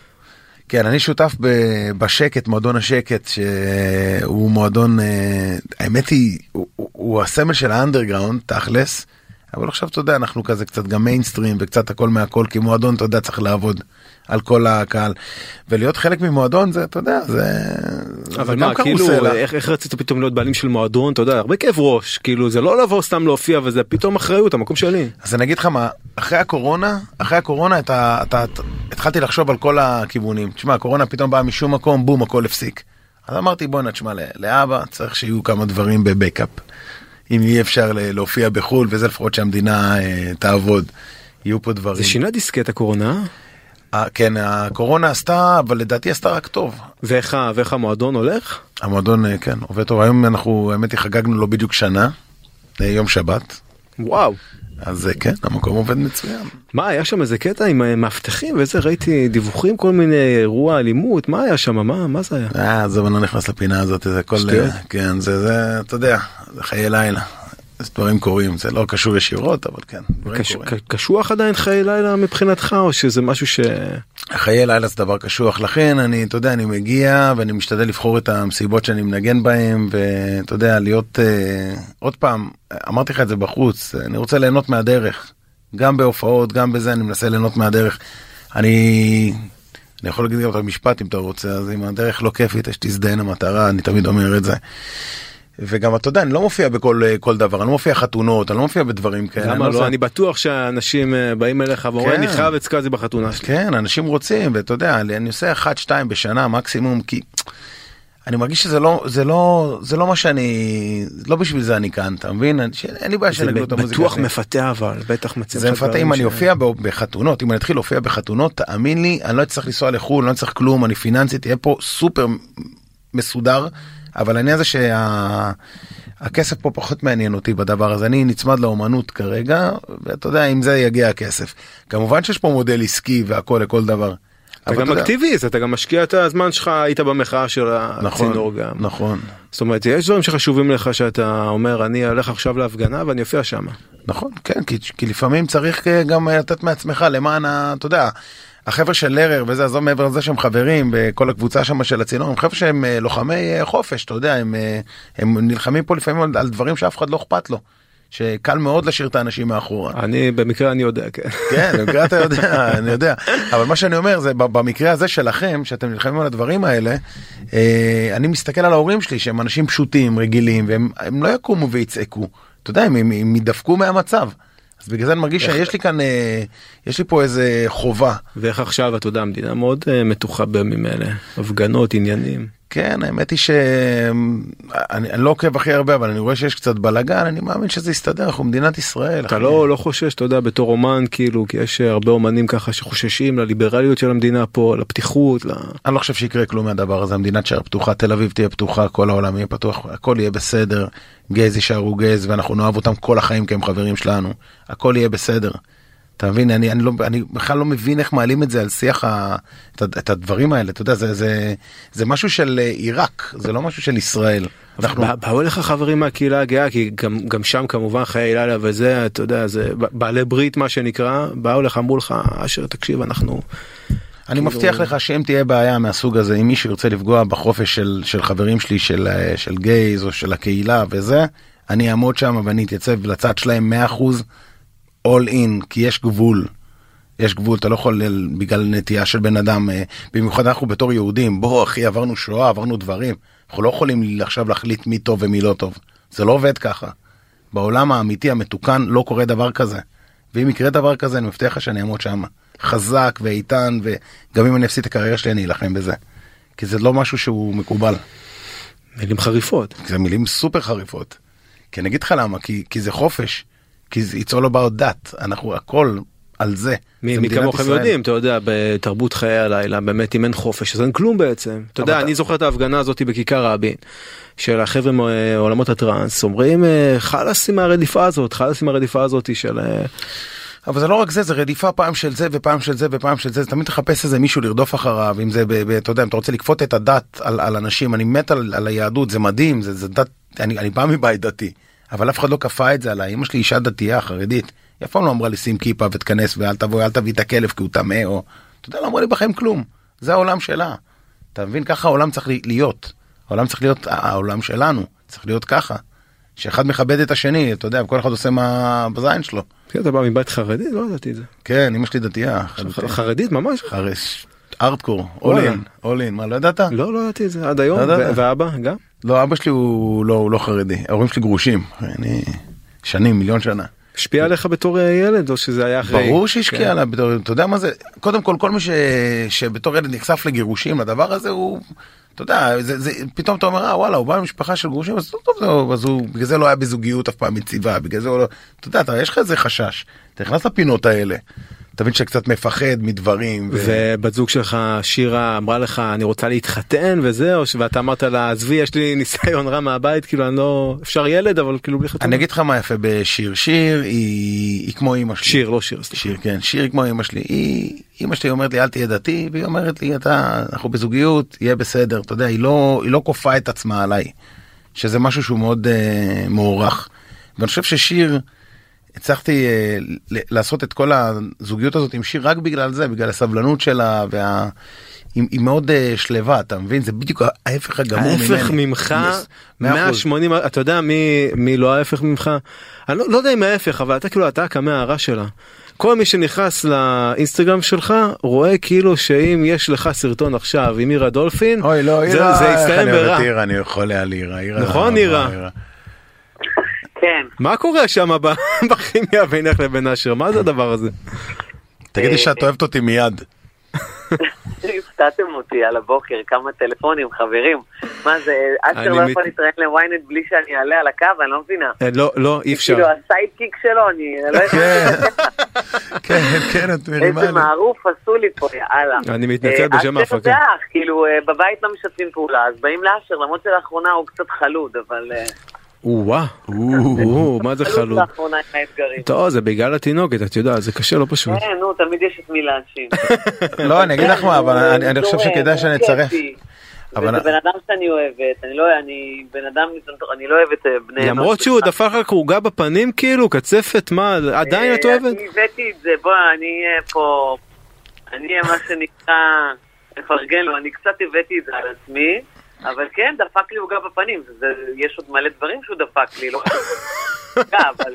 כן, אני שותף בשקט, מועדון השקט, שהוא מועדון, האמת היא, הוא הסמל של האנדרגראונד, תכלס, אבל עכשיו אתה יודע, אנחנו כזה קצת גם מיינסטרים וקצת הכל מהכל, כי מועדון, אתה יודע, צריך לעבוד על כל הקהל, ולהיות חלק ממועדון זה, אתה יודע, זה... אבל מה, כאילו, איך רצית פתאום להיות בעלים של מועדון, אתה יודע, הרבה כאב ראש, כאילו, זה לא לבוא סתם להופיע, וזה פתאום אחריות, המקום שלי. אז אני אגיד לך מה, אחרי הקורונה, התחלתי לחשוב על כל הכיוונים. תשמע, הקורונה פתאום באה משום מקום, בום, הכל הפסיק. אז אמרתי, בוא נשמע, לאבא, צריך שיהיו כמה דברים בבקאפ. אם יהיה אפשר להופיע בחול, וזה לפחות שהמדינה תעבוד. יהיו פה דברים. זה שינה דיסקט הקורונה? כן, הקורונה עשתה, אבל לדעתי עשתה רק טוב. ואיך המועדון הולך? המועדון, כן, עובד טוב. היום אנחנו, האמת היא, חגגנו לו בדיוק שנה, יום שבת. וואו. אז כן, המקום עובד מצוין. מה, היה שם איזה קטע עם מאבטחים, ואיזה ראיתי דיווחים, כל מיני אירוע אלימות, מה היה שם, מה זה היה? זה לא נכנס לפינה הזאת, זה כל... כן, זה, אתה יודע, זה חיי לילה. זה דברים קורים, זה לא קשור ישירות, אבל כן. קשוח עדיין חיי לילה מבחינתך, או שזה משהו ש... חיי לילה זה דבר קשוח, לכן אני, אתה יודע, אני מגיע ואני משתדל לבחור את המסיבות שאני מנגן בהם, ואתה יודע, להיות, עוד פעם, אמרתי לך את זה בחוץ, אני רוצה ליהנות מהדרך, גם בהופעות, גם בזה, אני מנסה ליהנות מהדרך. אני יכול להגיד גם את המשפט אם אתה רוצה, אז אם הדרך לא כיפית, שתזדהן המטרה, אני תמיד אומר את זה. וגם אתה יודע, אני לא מופיע בכל דבר, אני לא מופיע חתונות, אני לא מופיע בדברים כאלה. למה לא? אני בטוח שאנשים באים אליך ואומרים, אני חייב את סקאזי בחתונה שלי. כן, אנשים רוצים, ואתה יודע, אני עושה 1-2 בשנה מקסימום, כי אני מרגיש שזה לא מה שאני, לא בשביל זה אני כאן, אתה מבין? אין לי בעיה שנגלו את המוזיקה. זה בטוח מפתה אבל, בטח מצמצת. זה מפתה אם אני אופיע בחתונות, אם אני אתחיל להופיע בחתונות, תאמין לי, אני לא צריך לנסוע לחו"ל, אני לא צריך כלום, אני פיננסית, תהיה פה סופר מסודר. אבל העניין זה שהכסף פה פחות מעניין אותי בדבר הזה, אני נצמד לאומנות כרגע, ואתה יודע, אם זה יגיע הכסף. כמובן שיש פה מודל עסקי והכל לכל דבר. אתה גם אקטיביסט, אתה גם משקיע את הזמן שלך, היית במחאה של הצינור גם. נכון. זאת אומרת, יש דברים שחשובים לך שאתה אומר, אני הולך עכשיו להפגנה ואני אופיע שם. נכון, כן, כי לפעמים צריך גם לתת מעצמך למען, אתה יודע, החבר'ה של לרר וזה, אז מעבר לזה שהם חברים בכל הקבוצה שם של הצינור, הם חבר'ה שהם לוחמי חופש, אתה יודע, הם נלחמים פה לפעמים על דברים שאף אחד לא אכפת לו, שקל מאוד לשאיר את האנשים מאחורה. במקרה אני יודע, כן. כן, במקרה אתה יודע, אני יודע. אבל מה שאני אומר, זה במקרה הזה שלכם, שאתם נלחמים על הדברים האלה, אני מסתכל על ההורים שלי, שהם אנשים פשוטים, רגילים, והם לא יקומו ויצעקו. אתה יודע, הם ידפקו מהמצב. אז בגלל זה אני מרגיש שיש לי כאן, יש לי פה איזה חובה. ואיך עכשיו, אתה יודע, המדינה מאוד מתוחה בימים אלה, הפגנות, עניינים. כן, האמת היא שאני לא עוקב הכי הרבה, אבל אני רואה שיש קצת בלגן, אני מאמין שזה יסתדר, אנחנו מדינת ישראל. אתה לא חושש, אתה יודע, בתור אומן, כאילו, כי יש הרבה אומנים ככה שחוששים לליברליות של המדינה פה, לפתיחות. אני לא חושב שיקרה כלום מהדבר הזה, המדינה תשאר פתוחה, תל אביב תהיה פתוחה, כל העולם יהיה פתוח, הכל יהיה בסדר, גז יישארו גז, ואנחנו נאהב אותם כל החיים כי הם חברים שלנו, הכל יהיה בסדר. אתה מבין, אני בכלל לא מבין איך מעלים את זה על שיח את הדברים האלה, אתה יודע, זה משהו של עיראק, זה לא משהו של ישראל. באו לך חברים מהקהילה הגאה, כי גם שם כמובן חיי לילה וזה, אתה יודע, זה בעלי ברית מה שנקרא, באו לך, אמרו לך, אשר תקשיב, אנחנו... אני מבטיח לך שאם תהיה בעיה מהסוג הזה, אם מישהו ירצה לפגוע בחופש של חברים שלי, של גייז או של הקהילה וזה, אני אעמוד שם ואני אתייצב לצד שלהם 100%, all in, כי יש גבול, אתה לא יכול בגלל נטייה של בן אדם, במיוחד אנחנו בתור יהודים, בוא אחי, עברנו שואה, עברנו דברים, אנחנו לא יכולים עכשיו להחליט מי טוב ומי לא טוב, זה לא עובד ככה, בעולם האמיתי המתוקן לא קורה דבר כזה, ואם יקרה דבר כזה אני מבטיח לך שאני אעמוד שם, חזק ואיתן, וגם אם אני אפסיד את הקריירה שלי אני אלחם בזה, כי זה לא משהו שהוא מקובל. מילים חריפות. זה מילים סופר חריפות, כי אני אגיד לך למה, כי זה חופש, כי זה it's all about that, אנחנו הכל על זה. מי כמוכם יודעים, אתה יודע, בתרבות חיי הלילה, באמת אם אין חופש, אז אין כלום בעצם. אתה יודע, אני זוכר את ההפגנה הזאת בכיכר רבין, של החבר'ה מעולמות הטרנס, אומרים, חלס עם הרדיפה הזאת של... אבל זה לא רק זה, זה רדיפה פעם של זה ופעם של זה ופעם של זה, זה תמיד תחפש איזה מישהו לרדוף אחריו, אם זה, אתה יודע, אם אתה רוצה לקפות את הדת על אנשים, אני מת על היהדות, זה מדהים, זה דת, אני בא מבית דתי, אבל אף אחד לא כפה את זה עליי, אמא שלי אישה דתייה, חרדית, היא אף פעם לא אמרה לי שים כיפה ותכנס ואל תבוא, אל תביא את הכלב כי הוא טמא, או, אתה יודע, לא אמרה לי בחיים כלום, זה העולם שלה, אתה מבין, ככה העולם צריך להיות, העולם צריך להיות העולם שלנו, צריך להיות ככה, שאחד מכבד את השני, אתה יודע, כל אחד עושה מה בזין שלו. כן, אתה בא מבית חרדי? לא ידעתי את זה. כן, אמא שלי דתייה. חרדית ממש? ארטקור, אולין, מה, לא ידעת? לא ידעתי את זה, עד היום, ואבא גם? לא, אבא שלי הוא לא חרדי, ההורים שלי גרושים, אני שנים, מיליון שנה. השפיע עליך בתור ילד, או שזה היה אחרי? ברור שהשקיע עליו, אתה יודע מה זה, קודם כל מי שבתור ילד נחשף לגירושים, לדבר הזה הוא, אתה יודע, פתאום אתה אומר, וואלה, הוא בא ממשפחה של גרושים, אז טוב, אז הוא, בגלל זה לא היה בזוגיות אף פעם מציבה, בגלל זה הוא לא, אתה יודע, יש לך איזה חשש, אתה נכנס לפינות האלה, אתה מבין שקצת מפחד מדברים. ובת זוג שלך, שירה, אמרה לך, אני רוצה להתחתן וזה, ואתה אמרת לה, עזבי, יש לי ניסיון רע מהבית, כאילו, אני לא, אפשר ילד, אבל כאילו בלי חתונה. אני אגיד לך מה יפה בשיר, שיר היא כמו אמא שלי. שיר, לא שיר. שיר, כן, שיר היא כמו אמא שלי. אמא שלי אומרת לי, אל תהיה דתי, והיא אומרת לי, אנחנו בזוגיות, יהיה בסדר, אתה יודע, היא לא כופה את עצמה עליי, שזה משהו שהוא מאוד מוערך. ואני חושב ששיר, הצלחתי לעשות את כל הזוגיות הזאת עם שיר רק בגלל זה, בגלל הסבלנות שלה, היא מאוד שלווה, אתה מבין? זה בדיוק ההפך הגמור ממני. ההפך ממך, 180, אתה יודע מי לא ההפך ממך? אני לא יודע אם ההפך, אבל אתה כאילו, אתה כמה הרע שלה. כל מי שנכנס לאינסטגרם שלך, רואה כאילו שאם יש לך סרטון עכשיו עם אירה דולפין, אוי, לא, אירה, זה יסתיים ברע. אני יכול להעליר, אירה. נכון, אירה? כן. מה קורה שם בכימיה בינך לבין אשר? מה זה הדבר הזה? תגידי שאת אוהבת אותי מיד. הפתעתם אותי על הבוקר, כמה טלפונים, חברים. מה זה, אשר לא יכול להתראיין לוויינט בלי שאני אעלה על הקו, אני לא מבינה. לא, אי אפשר. כאילו הסיידקיק שלו, אני לא יודעת. כן, את מרימה לי. איזה מערוף עשו לי פה, יאללה. אני מתנצל בשם ההפקה. אשר יודע, כאילו בבית לא משתפים פעולה, אז באים לאשר, למרות שלאחרונה הוא קצת חלוד, אבל... מה זה חלוד? טוב, זה בגלל התינוקת, את יודעת, זה קשה, לא פשוט. כן, נו, תמיד יש את מי להאשים. לא, אני אגיד לך מה, אבל אני חושב שכדאי שנצרף. זה בן אדם שאני אוהבת, אני לא אוהבת בני... למרות שהוא דפק לך קרוגה בפנים כאילו, קצפת, מה, עדיין את אוהבת? אני הבאתי את זה, בוא, אני אהיה פה, אני אהיה מה שנקרא, לפרגן לו, אני קצת הבאתי את זה על עצמי, אבל כן, דפק לי עוגה בפנים, יש עוד מלא דברים שהוא דפק לי, לא אבל...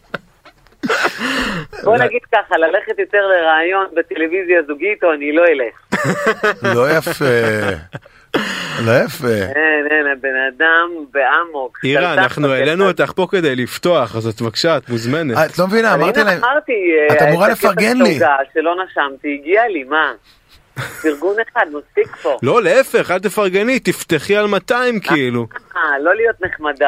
בוא נגיד ככה, ללכת יותר לרעיון בטלוויזיה זוגית, או אני לא אלך. לא יפה. לא יפה. אין, בן אדם באמוק. אירה, אנחנו העלינו אותך פה כדי לפתוח, אז את בבקשה, את מוזמנת. את לא מבינה, אמרתי להם, את אמורה לפרגן לי. שלא נשמתי, הגיע לי, מה? פרגון אחד, מספיק פה. לא, להפך, אל תפרגני, תפתחי על 200 כאילו. לא להיות נחמדה.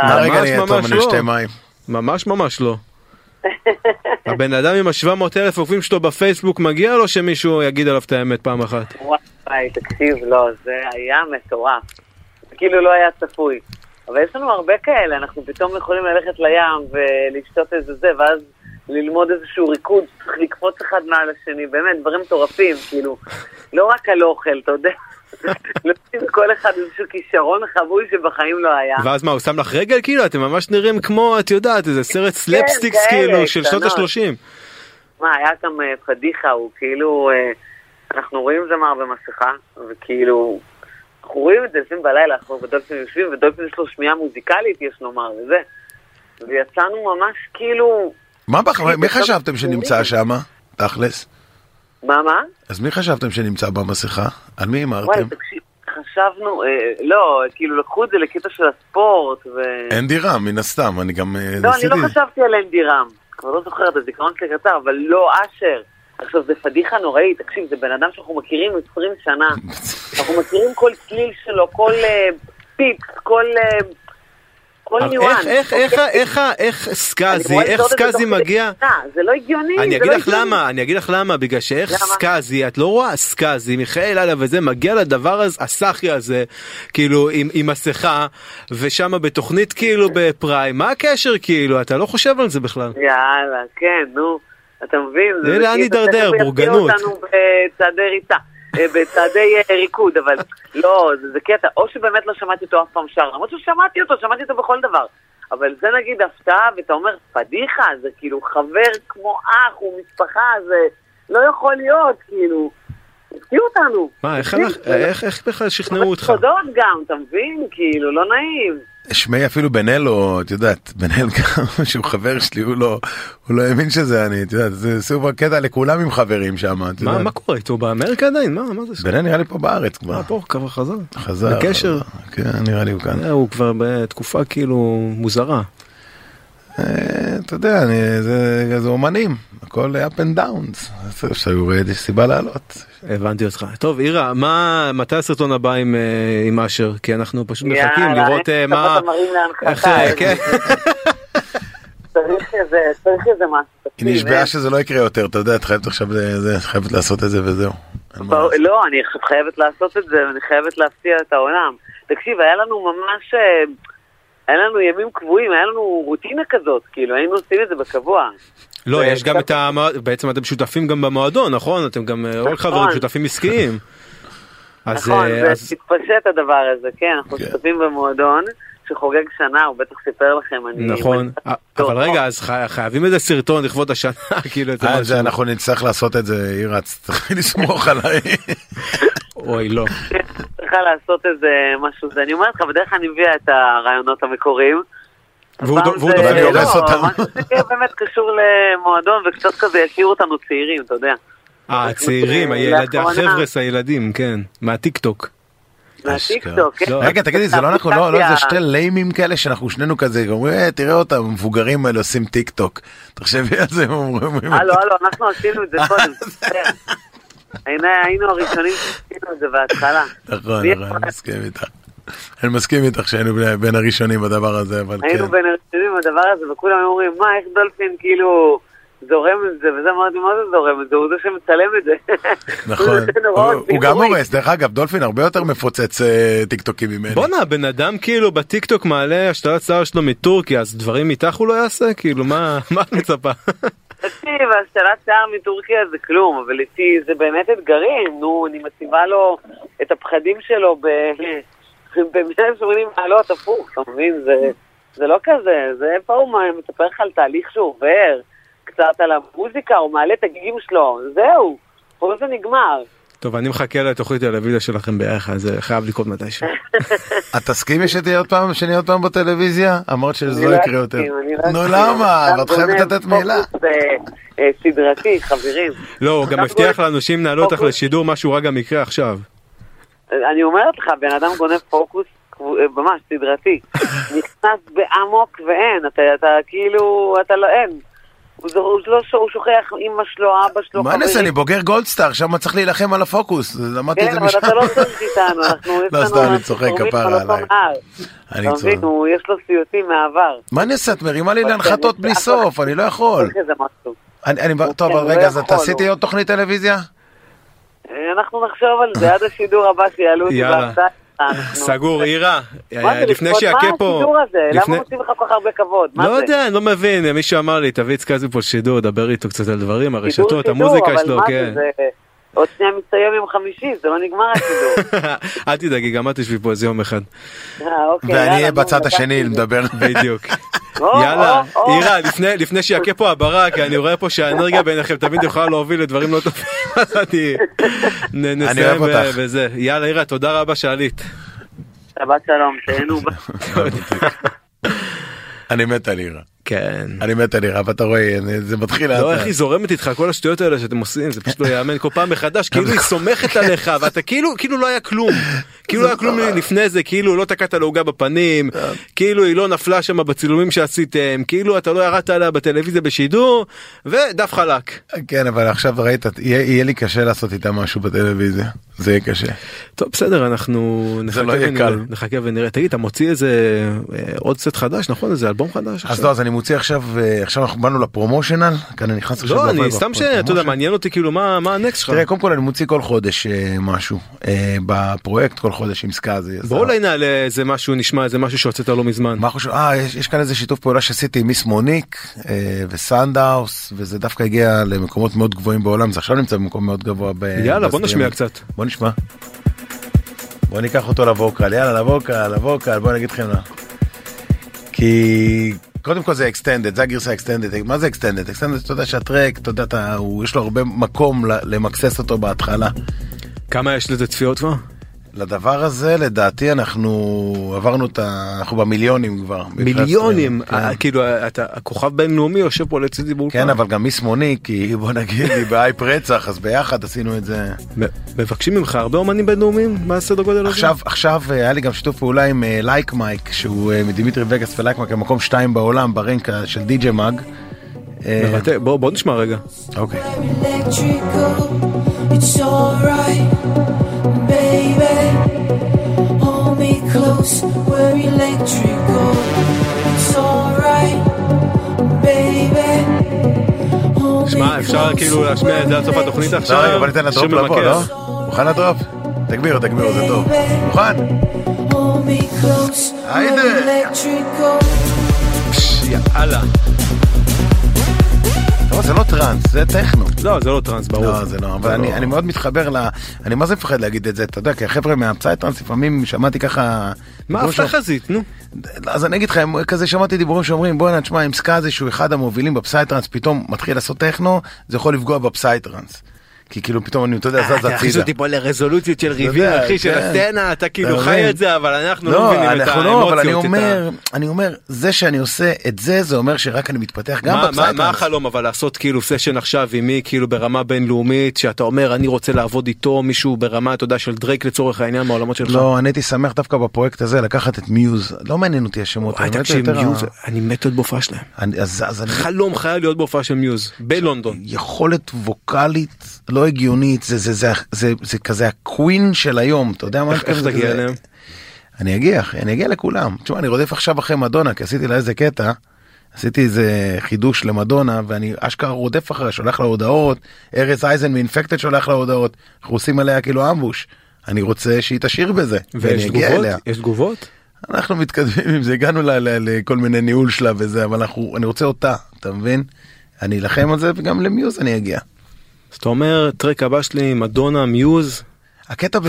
ממש לא. הבן אדם עם ה-700,000 עוקבים שלו בפייסבוק, מגיע לו שמישהו יגיד עליו את האמת פעם אחת? וואי, תקשיב, לא, זה היה מטורף. כאילו לא היה צפוי. אבל יש לנו הרבה כאלה, אנחנו פתאום יכולים ללכת לים ולשתות איזה זה, ואז ללמוד איזשהו ריקוד, צריך לקפוץ אחד מעל השני, באמת, דברים מטורפים, כאילו, לא רק על אוכל, אתה יודע, כל אחד איזשהו כישרון חבוי שבחיים לא היה. ואז מה, הוא שם לך רגל כאילו? אתם ממש נראים כמו, את יודעת, איזה סרט סלפסטיקס כאילו של שנות ה-30. מה, היה גם פדיחה, הוא כאילו, אנחנו רואים זמר במסכה, וכאילו, אנחנו רואים את זה לפעמים בלילה, אנחנו בדולפין יושבים, ודולפין יש לו שמיעה מוזיקלית, יש לומר, וזה. ויצאנו ממש כאילו... מי חשבתם שנמצא שם? תכלס? מה? אז מי חשבתם שנמצא במסכה? על מי אמרתם? וואי, תקשיב, חשבנו, לא, כאילו לקחו את זה לקטע של הספורט אין דירם, מן הסתם, אני גם... לא, אני לא חשבתי על אין דירם, כבר לא זוכרת, זה זיכרון שלי קצר, אבל לא אשר. עכשיו, זה פדיחה נוראית, תקשיב, זה בן אדם שאנחנו מכירים 20 שנה, אנחנו מכירים כל צליל שלו, כל פיפ, כל ניואנס. איך סקאזי מגיע? זה לא הגיוני. אני אגיד לך למה, בגלל שאיך סקאזי, את לא רואה סקאזי, מיכאל הלאה וזה, מגיע לדבר הזה, הסחי הזה, כאילו עם מסכה, ושם בתוכנית כאילו בפריים, מה הקשר כאילו? אתה לא חושב על זה בכלל. יאללה, כן, נו. אתה מבין? לאן נידרדר, בורגנות. אותנו בצעדי ריצה, בצעדי ריקוד, אבל לא, זה קטע. או שבאמת לא שמעתי אותו אף פעם שר, למרות ששמעתי אותו בכל דבר. אבל זה נגיד הפתעה, ואתה אומר, פדיחה, זה כאילו חבר כמו אח, הוא משפחה, זה לא יכול להיות, כאילו, הפתיעו אותנו. מה, איך בכלל שכנעו אותך? תודות גם, אתה מבין? כאילו, לא נעים. שמי אפילו בנלו, את יודעת, בנל גם, שהוא חבר שלי, הוא לא האמין שזה אני, את יודעת, זה סופר קטע לכולם עם חברים שם, את יודעת. מה קורה איתו? באמריקה עדיין? מה זה? בנל נראה לי פה בארץ כבר. פה כבר חזר? בקשר? כן, נראה לי הוא כאן. הוא כבר בתקופה כאילו מוזרה. אתה יודע, זה אומנים, הכל up and downs, יש סיבה לעלות. הבנתי אותך. טוב, אירה, מתי הסרטון הבא עם אשר? כי אנחנו פשוט מחכים לראות מה... צריך איזה משהו. היא נשבעה שזה לא יקרה יותר, אתה יודע, את חייבת עכשיו חייבת לעשות את זה וזהו. לא, אני חייבת לעשות את זה, ואני חייבת להפתיע את העולם. תקשיב, היה לנו ממש... היה לנו ימים קבועים, היה לנו רוטינה כזאת, כאילו היינו עושים את זה בקבוע. לא, יש גם את בעצם אתם שותפים גם במועדון, נכון? אתם גם עוד חברים, שותפים עסקיים. נכון, זה התפשט הדבר הזה, כן, אנחנו שותפים במועדון, שחוגג שנה, הוא בטח סיפר לכם, נכון, אבל רגע, אז חייבים איזה סרטון לכבוד השנה, כאילו... אנחנו נצטרך לעשות את זה, אירה, צריך לסמוך עליי. אוי, לא. צריכה לעשות איזה משהו, אני אומרת לך, בדרך כלל אני מביאה את הרעיונות המקוריים. והוא דווקא יורס אותם. משהו שכן באמת קשור למועדון, וקצת כזה ישאירו אותנו צעירים, אתה יודע. הצעירים, החבר'ס, הילדים, כן, מהטיקטוק. מהטיקטוק, כן. רגע, תגידי, זה לא אנחנו, לא, זה שתי ליימים כאלה שאנחנו שנינו כזה, אומרים, תראה אותם, המבוגרים האלה עושים טיקטוק. תחשבי על זה, הם אומרים... הלו, אנחנו עשינו את זה קודם. היינו הראשונים שעשינו את זה בהתחלה. נכון, אני מסכים איתך. אני מסכים איתך שהיינו בין הראשונים בדבר הזה, אבל כן. היינו בין הראשונים בדבר הזה, וכולם אומרים, מה, איך דולפין כאילו זורם את זה, וזה אמרתי, מה זה זורם את זה? הוא זה שמצלם את זה. נכון, הוא גם הורס, דרך אגב, דולפין הרבה יותר מפוצץ טיקטוקים ממני. בונה, בן אדם כאילו בטיקטוק מעלה השתלת שיער שלו מטורקיה, אז דברים איתך הוא לא יעשה? כאילו, מה את מצפה? תקשיב, השתלת שיער מטורקיה זה כלום, אבל איתי זה באמת אתגרים, נו, אני מציבה לו את הפחדים שלו ב-180 מעלות הפוך, אתה מבין? זה לא כזה, זה פה הוא מספר לך על תהליך שהוא עובר, קצת על המוזיקה, הוא מעלה את הגיגים שלו, זהו, פה זה נגמר. טוב, אני מחכה לתוכנית הטלוויזיה שלכם ביחד, זה חייב לקרות מתישהו. את תסכימי שתהיה עוד פעם בטלוויזיה? אמרת שזה לא יקרה יותר. נו למה? ואת חייבת לתת מילה. סדרתי, חברים. לא, הוא גם מבטיח לנו שאם נעלה אותך לשידור משהו רע גם יקרה עכשיו. אני אומרת לך, בן אדם גונב פוקוס ממש סדרתי. נכנס בעמוק ואין, אתה כאילו, אתה לא אין. הוא שוכח אמא שלו, אבא שלו, מה נעשה? אני בוגר גולדסטאר, עכשיו מה צריך להילחם על הפוקוס? למדתי את זה משם. כן, אבל אתה לא צריך איתנו, לא, סתם, אני צוחק, כפרה עליי. אתה מבין, יש לו סיוטים מהעבר. מה נעשה? את מרימה לי להנחתות בלי סוף, אני לא יכול. טוב, אבל רגע, אז אתה עשיתי עוד תוכנית טלוויזיה? אנחנו נחשוב על זה עד השידור הבא שיעלו אותי בהרצאה. סגור, אירה, לפני שיעקה פה... מה השידור הזה? למה עושים לך כל כך הרבה כבוד? לא יודע, אני לא מבין, מישהו אמר לי, תביא סקאזי פה שידור, דבר איתו קצת על דברים, הרשתות, המוזיקה שלו, כן. עוד שנייה מסתיים עם חמישי, זה לא נגמר השידור. אל תדאגי, גם את תשבי פה איזה יום אחד. ואני אהיה בצד השני לדבר. בדיוק. יאללה, אירה, לפני שיעקה פה הברק, אני רואה פה שהאנרגיה ביניכם תמיד יכולה להוביל לדברים לא טובים, אז אני נסיים בזה. יאללה, אירה, תודה רבה שעלית. שבת שלום, תהנו בה. אני מת על אירה. כן. אני מת על אירה, ואתה רואה, זה מתחיל... לא, איך היא זורמת איתך, כל השטויות האלה שאתם עושים, זה פשוט לא יאמן כל פעם מחדש, כאילו היא סומכת עליך, ואתה כאילו לא היה כלום. כאילו לא היה כלום לפני זה, כאילו לא תקעת להוגה בפנים, כאילו היא לא נפלה שם בצילומים שעשיתם, כאילו אתה לא ירדת עליה בטלוויזיה בשידור, ודף חלק. כן, אבל עכשיו ראית, יהיה לי קשה לעשות איתה משהו בטלוויזיה. זה יהיה קשה. טוב, בסדר, אנחנו נחכה ונראה. תגיד, אתה מוציא איזה עוד סט חדש, נכון? איזה אלבום חדש? אז לא, אז אני מוציא עכשיו אנחנו באנו לפרומושנל, כאן אני נכנס עכשיו. לא, אני סתם שאתה יודע, מעניין אותי כאילו מה הנקסט שלך. תראה, קודם כל אני מוציא כל חודש משהו, בפרויקט כל חודש עם סקאזי. בואו אולי נעלה איזה משהו, נשמע איזה משהו שהוצאת לא מזמן. מה חושב? יש כאן איזה שיתוף פעולה שעשיתי עם מיס מוניק וסנדאוס, וזה דווקא הגיע למקומות מאוד גבוהים בעולם, זה עכשיו נמצא במקום מאוד גבוה. יאללה, בוא נשמיע קצת. בוא נשמע. בוא ניקח אותו לבוקל, יאללה, לבוקל, בוא נגיד לכם לה. כי קודם כל זה אקסטנדד, זה הגרסה אקסטנדד. מה זה אקסטנדד? אקסטנדד, אתה יודע שהטרק, אתה יודע, יש לו הרבה מקום למקסס אותו בהתחלה. כמה יש לזה צפיות כבר? לדבר הזה, לדעתי, אנחנו עברנו אנחנו במיליונים כבר. מיליונים? כאילו, הכוכב בינלאומי יושב פה לצידי באולפן. כן, אבל גם מיס מוניק, כי בוא נגיד, היא באייפ רצח, אז ביחד עשינו את זה. מבקשים ממך הרבה אומנים בינלאומיים? מה הסדר גודל הזה? עכשיו היה לי גם שיתוף פעולה עם לייק מייק, שהוא מדימיטרי וגאס ולייק מייק, במקום 2 בעולם, ברנקה של די.ג'יי מאג. בוא נשמע רגע. אוקיי. Baby, hold me close, we're electrical. It's alright, baby. שמע, אפשר כאילו להשמיע את זה עד סוף התוכנית עכשיו? רגע, בוא ניתן לדרופ לבוא, לא? מוכן לדרופ? תגבירו, זה טוב. מוכן? היידה! יאללה. זה לא טרנס, זה טכנו. לא, זה לא טרנס, ברור. לא, זה לא, אבל אני מאוד מתחבר אני מה זה מפחד להגיד את זה, אתה יודע, כי החבר'ה מהפצאי טרנס, לפעמים שמעתי ככה... מה הפתח חזית, נו? אז אני אגיד לך, כזה שמעתי דיבורים שאומרים, בואי נשמע, עם סקאזי שהוא אחד המובילים בפצאי טרנס, פתאום מתחיל לעשות טכנו, זה יכול לפגוע בפצאי טרנס. כי כאילו פתאום אני, אתה יודע, זז הצידה. תכניס אותי פה לרזולוציות של ריבים, אחי, של הסצנה, אתה כאילו חי את זה, אבל אנחנו לא מבינים את האמוציות. לא, אבל אני אומר, זה שאני עושה את זה, זה אומר שרק אני מתפתח גם בפסייטרנס. מה החלום, אבל לעשות כאילו סשן עכשיו עם מי, כאילו ברמה בינלאומית, שאתה אומר, אני רוצה לעבוד איתו, מישהו ברמה, אתה יודע, של דרייק לצורך העניין, מהעולמות שלך? לא, אני הייתי שמח דווקא בפרויקט הזה, לקחת את מיוז. לא מעניין אותי השמות. אני מת להיות בהופעה שלהם. חלום חייב להיות בהופעה של מיוז, בלונדון. יכולת ווקלית לא הגיונית, זה כזה הקווין של היום, אתה יודע מה? איך תגיע אליהם? אני אגיע לכולם. תשמע, אני רודף עכשיו אחרי מדונה, כי עשיתי לה איזה קטע, עשיתי איזה חידוש למדונה, ואני אשכרה רודף אחרי, שולח לה הודעות, ארז אייזן מאינפקטד שולח לה הודעות, אנחנו עושים עליה כאילו אמבוש. אני רוצה שהיא תשאיר בזה, ואני אגיע אליה. יש תגובות? אנחנו מתקדמים עם זה, הגענו לכל מיני ניהול שלה וזה, אבל אני רוצה אותה, אתה מבין? אני אלחם על זה, וגם למיוז אני אגיע. אז אתה אומר, טרק הבא שלי, מדונה, מיוז, הקטע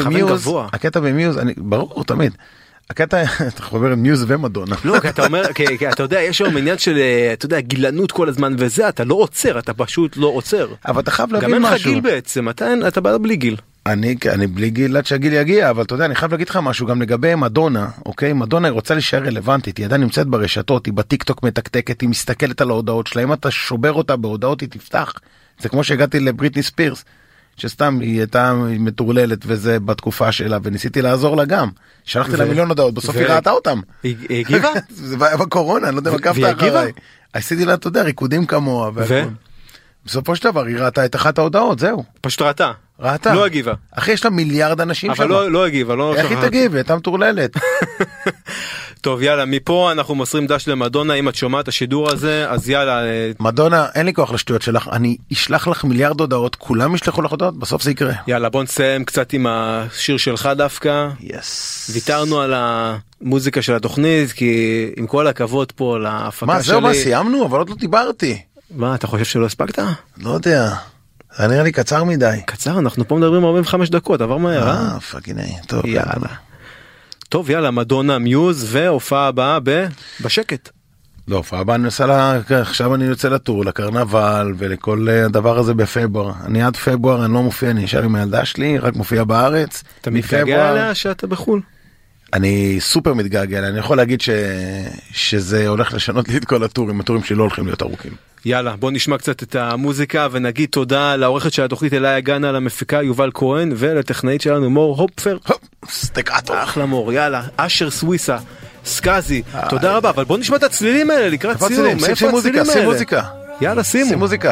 במיוז, ברור, תמיד. הקטע, אתה חובר עם מיוז ומדונה. לא, כי אתה אומר, כי אתה יודע, יש היום עניין של, אתה יודע, גילנות כל הזמן וזה, אתה לא עוצר, אתה פשוט לא עוצר. אבל אתה חייב להבין משהו. גם אין לך גיל בעצם, אתה בא בלי גיל. אני בלי גיל עד שהגיל יגיע, אבל אתה יודע, אני חייב להגיד לך משהו, גם לגבי מדונה, אוקיי? מדונה היא רוצה להישאר רלוונטית, היא עדיין נמצאת ברשתות, היא בטיקטוק מתקתקת, היא מסתכלת על ההודעות שלה, אם אתה שובר אותה בהודעות היא תפתח. זה כמו שהגעתי לבריטני ספירס, שסתם היא הייתה מטורללת וזה בתקופה שלה, וניסיתי לעזור לה גם. שלחתי לה מיליון הודעות, בסוף היא ראתה אותם. היא הגיבה? זה היה בקורונה, אני לא יודע מה קפת אחריי. עשיתי לה, אתה יודע, ריקודים כמוה. בסופו של דבר היא ראתה את אחת ההודעות, זהו. פשוט ראתה. ראתה. לא הגיבה. אחי, יש לה מיליארד אנשים שם. אבל לא הגיבה. איך היא תגיב? היא הייתה מטורללת. טוב, יאללה, מפה אנחנו מוסרים דש למדונה, אם את שומעת את השידור הזה, אז יאללה. מדונה, אין לי כוח לשטויות שלך, אני אשלח לך מיליארד הודעות, כולם ישלחו לך הודעות, בסוף זה יקרה. יאללה, בוא נסיים קצת עם השיר שלך דווקא. ויתרנו על המוזיקה של התוכנית, כי עם כל הכבוד פה להפקה שלי. מה, זהו, מה, סיימנו? אבל עוד לא דיברתי. מה, אתה חושב שלא הספקת? לא יודע. זה נראה לי קצר מדי. קצר, אנחנו פה מדברים 45 דקות, עבר מהר, פאקיני, טוב. יאללה. טוב, יאללה, מדונה, מיוז, והופעה הבאה בשקט. לא, הופעה הבאה אני עושה עכשיו אני יוצא לטור, לקרנבל ולכל הדבר הזה בפברואר. אני עד פברואר, אני לא מופיע, אני נשאר עם הילדה שלי, רק מופיע בארץ. אתה מתגעגע עליה שאתה בחול? אני סופר מתגעגע עליה, אני יכול להגיד שזה הולך לשנות לי את כל הטורים, הטורים שלי לא הולכים להיות ארוכים. יאללה, בוא נשמע קצת את המוזיקה ונגיד תודה לעורכת של התוכנית אליה גנה, למפיקה יובל כהן ולטכנאית שלנו מור הופפר. סטקאטו. אחלה מור, יאללה, אשר סוויסה, סקאזי, תודה רבה, אבל בוא נשמע את הצלילים האלה לקראת סיום. שים מוזיקה, שים מוזיקה. יאללה, שימו. שים מוזיקה.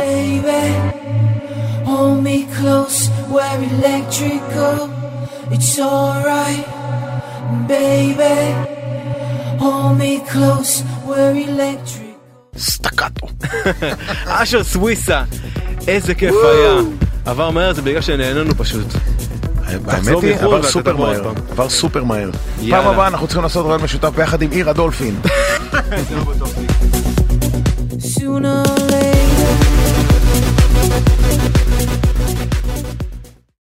Hold me close, we're electrical. It's alright, baby. Hold me close, we're electric. סטקטו. אשר סוויסה, איזה כיף היה. עבר מהר, זה בגלל שנהננו פשוט. האמת היא, עבר סופר מהר. פעם הבאה אנחנו צריכים לעשות רעיון משותף ביחד עם עיר הדולפין. זה לא בטוח.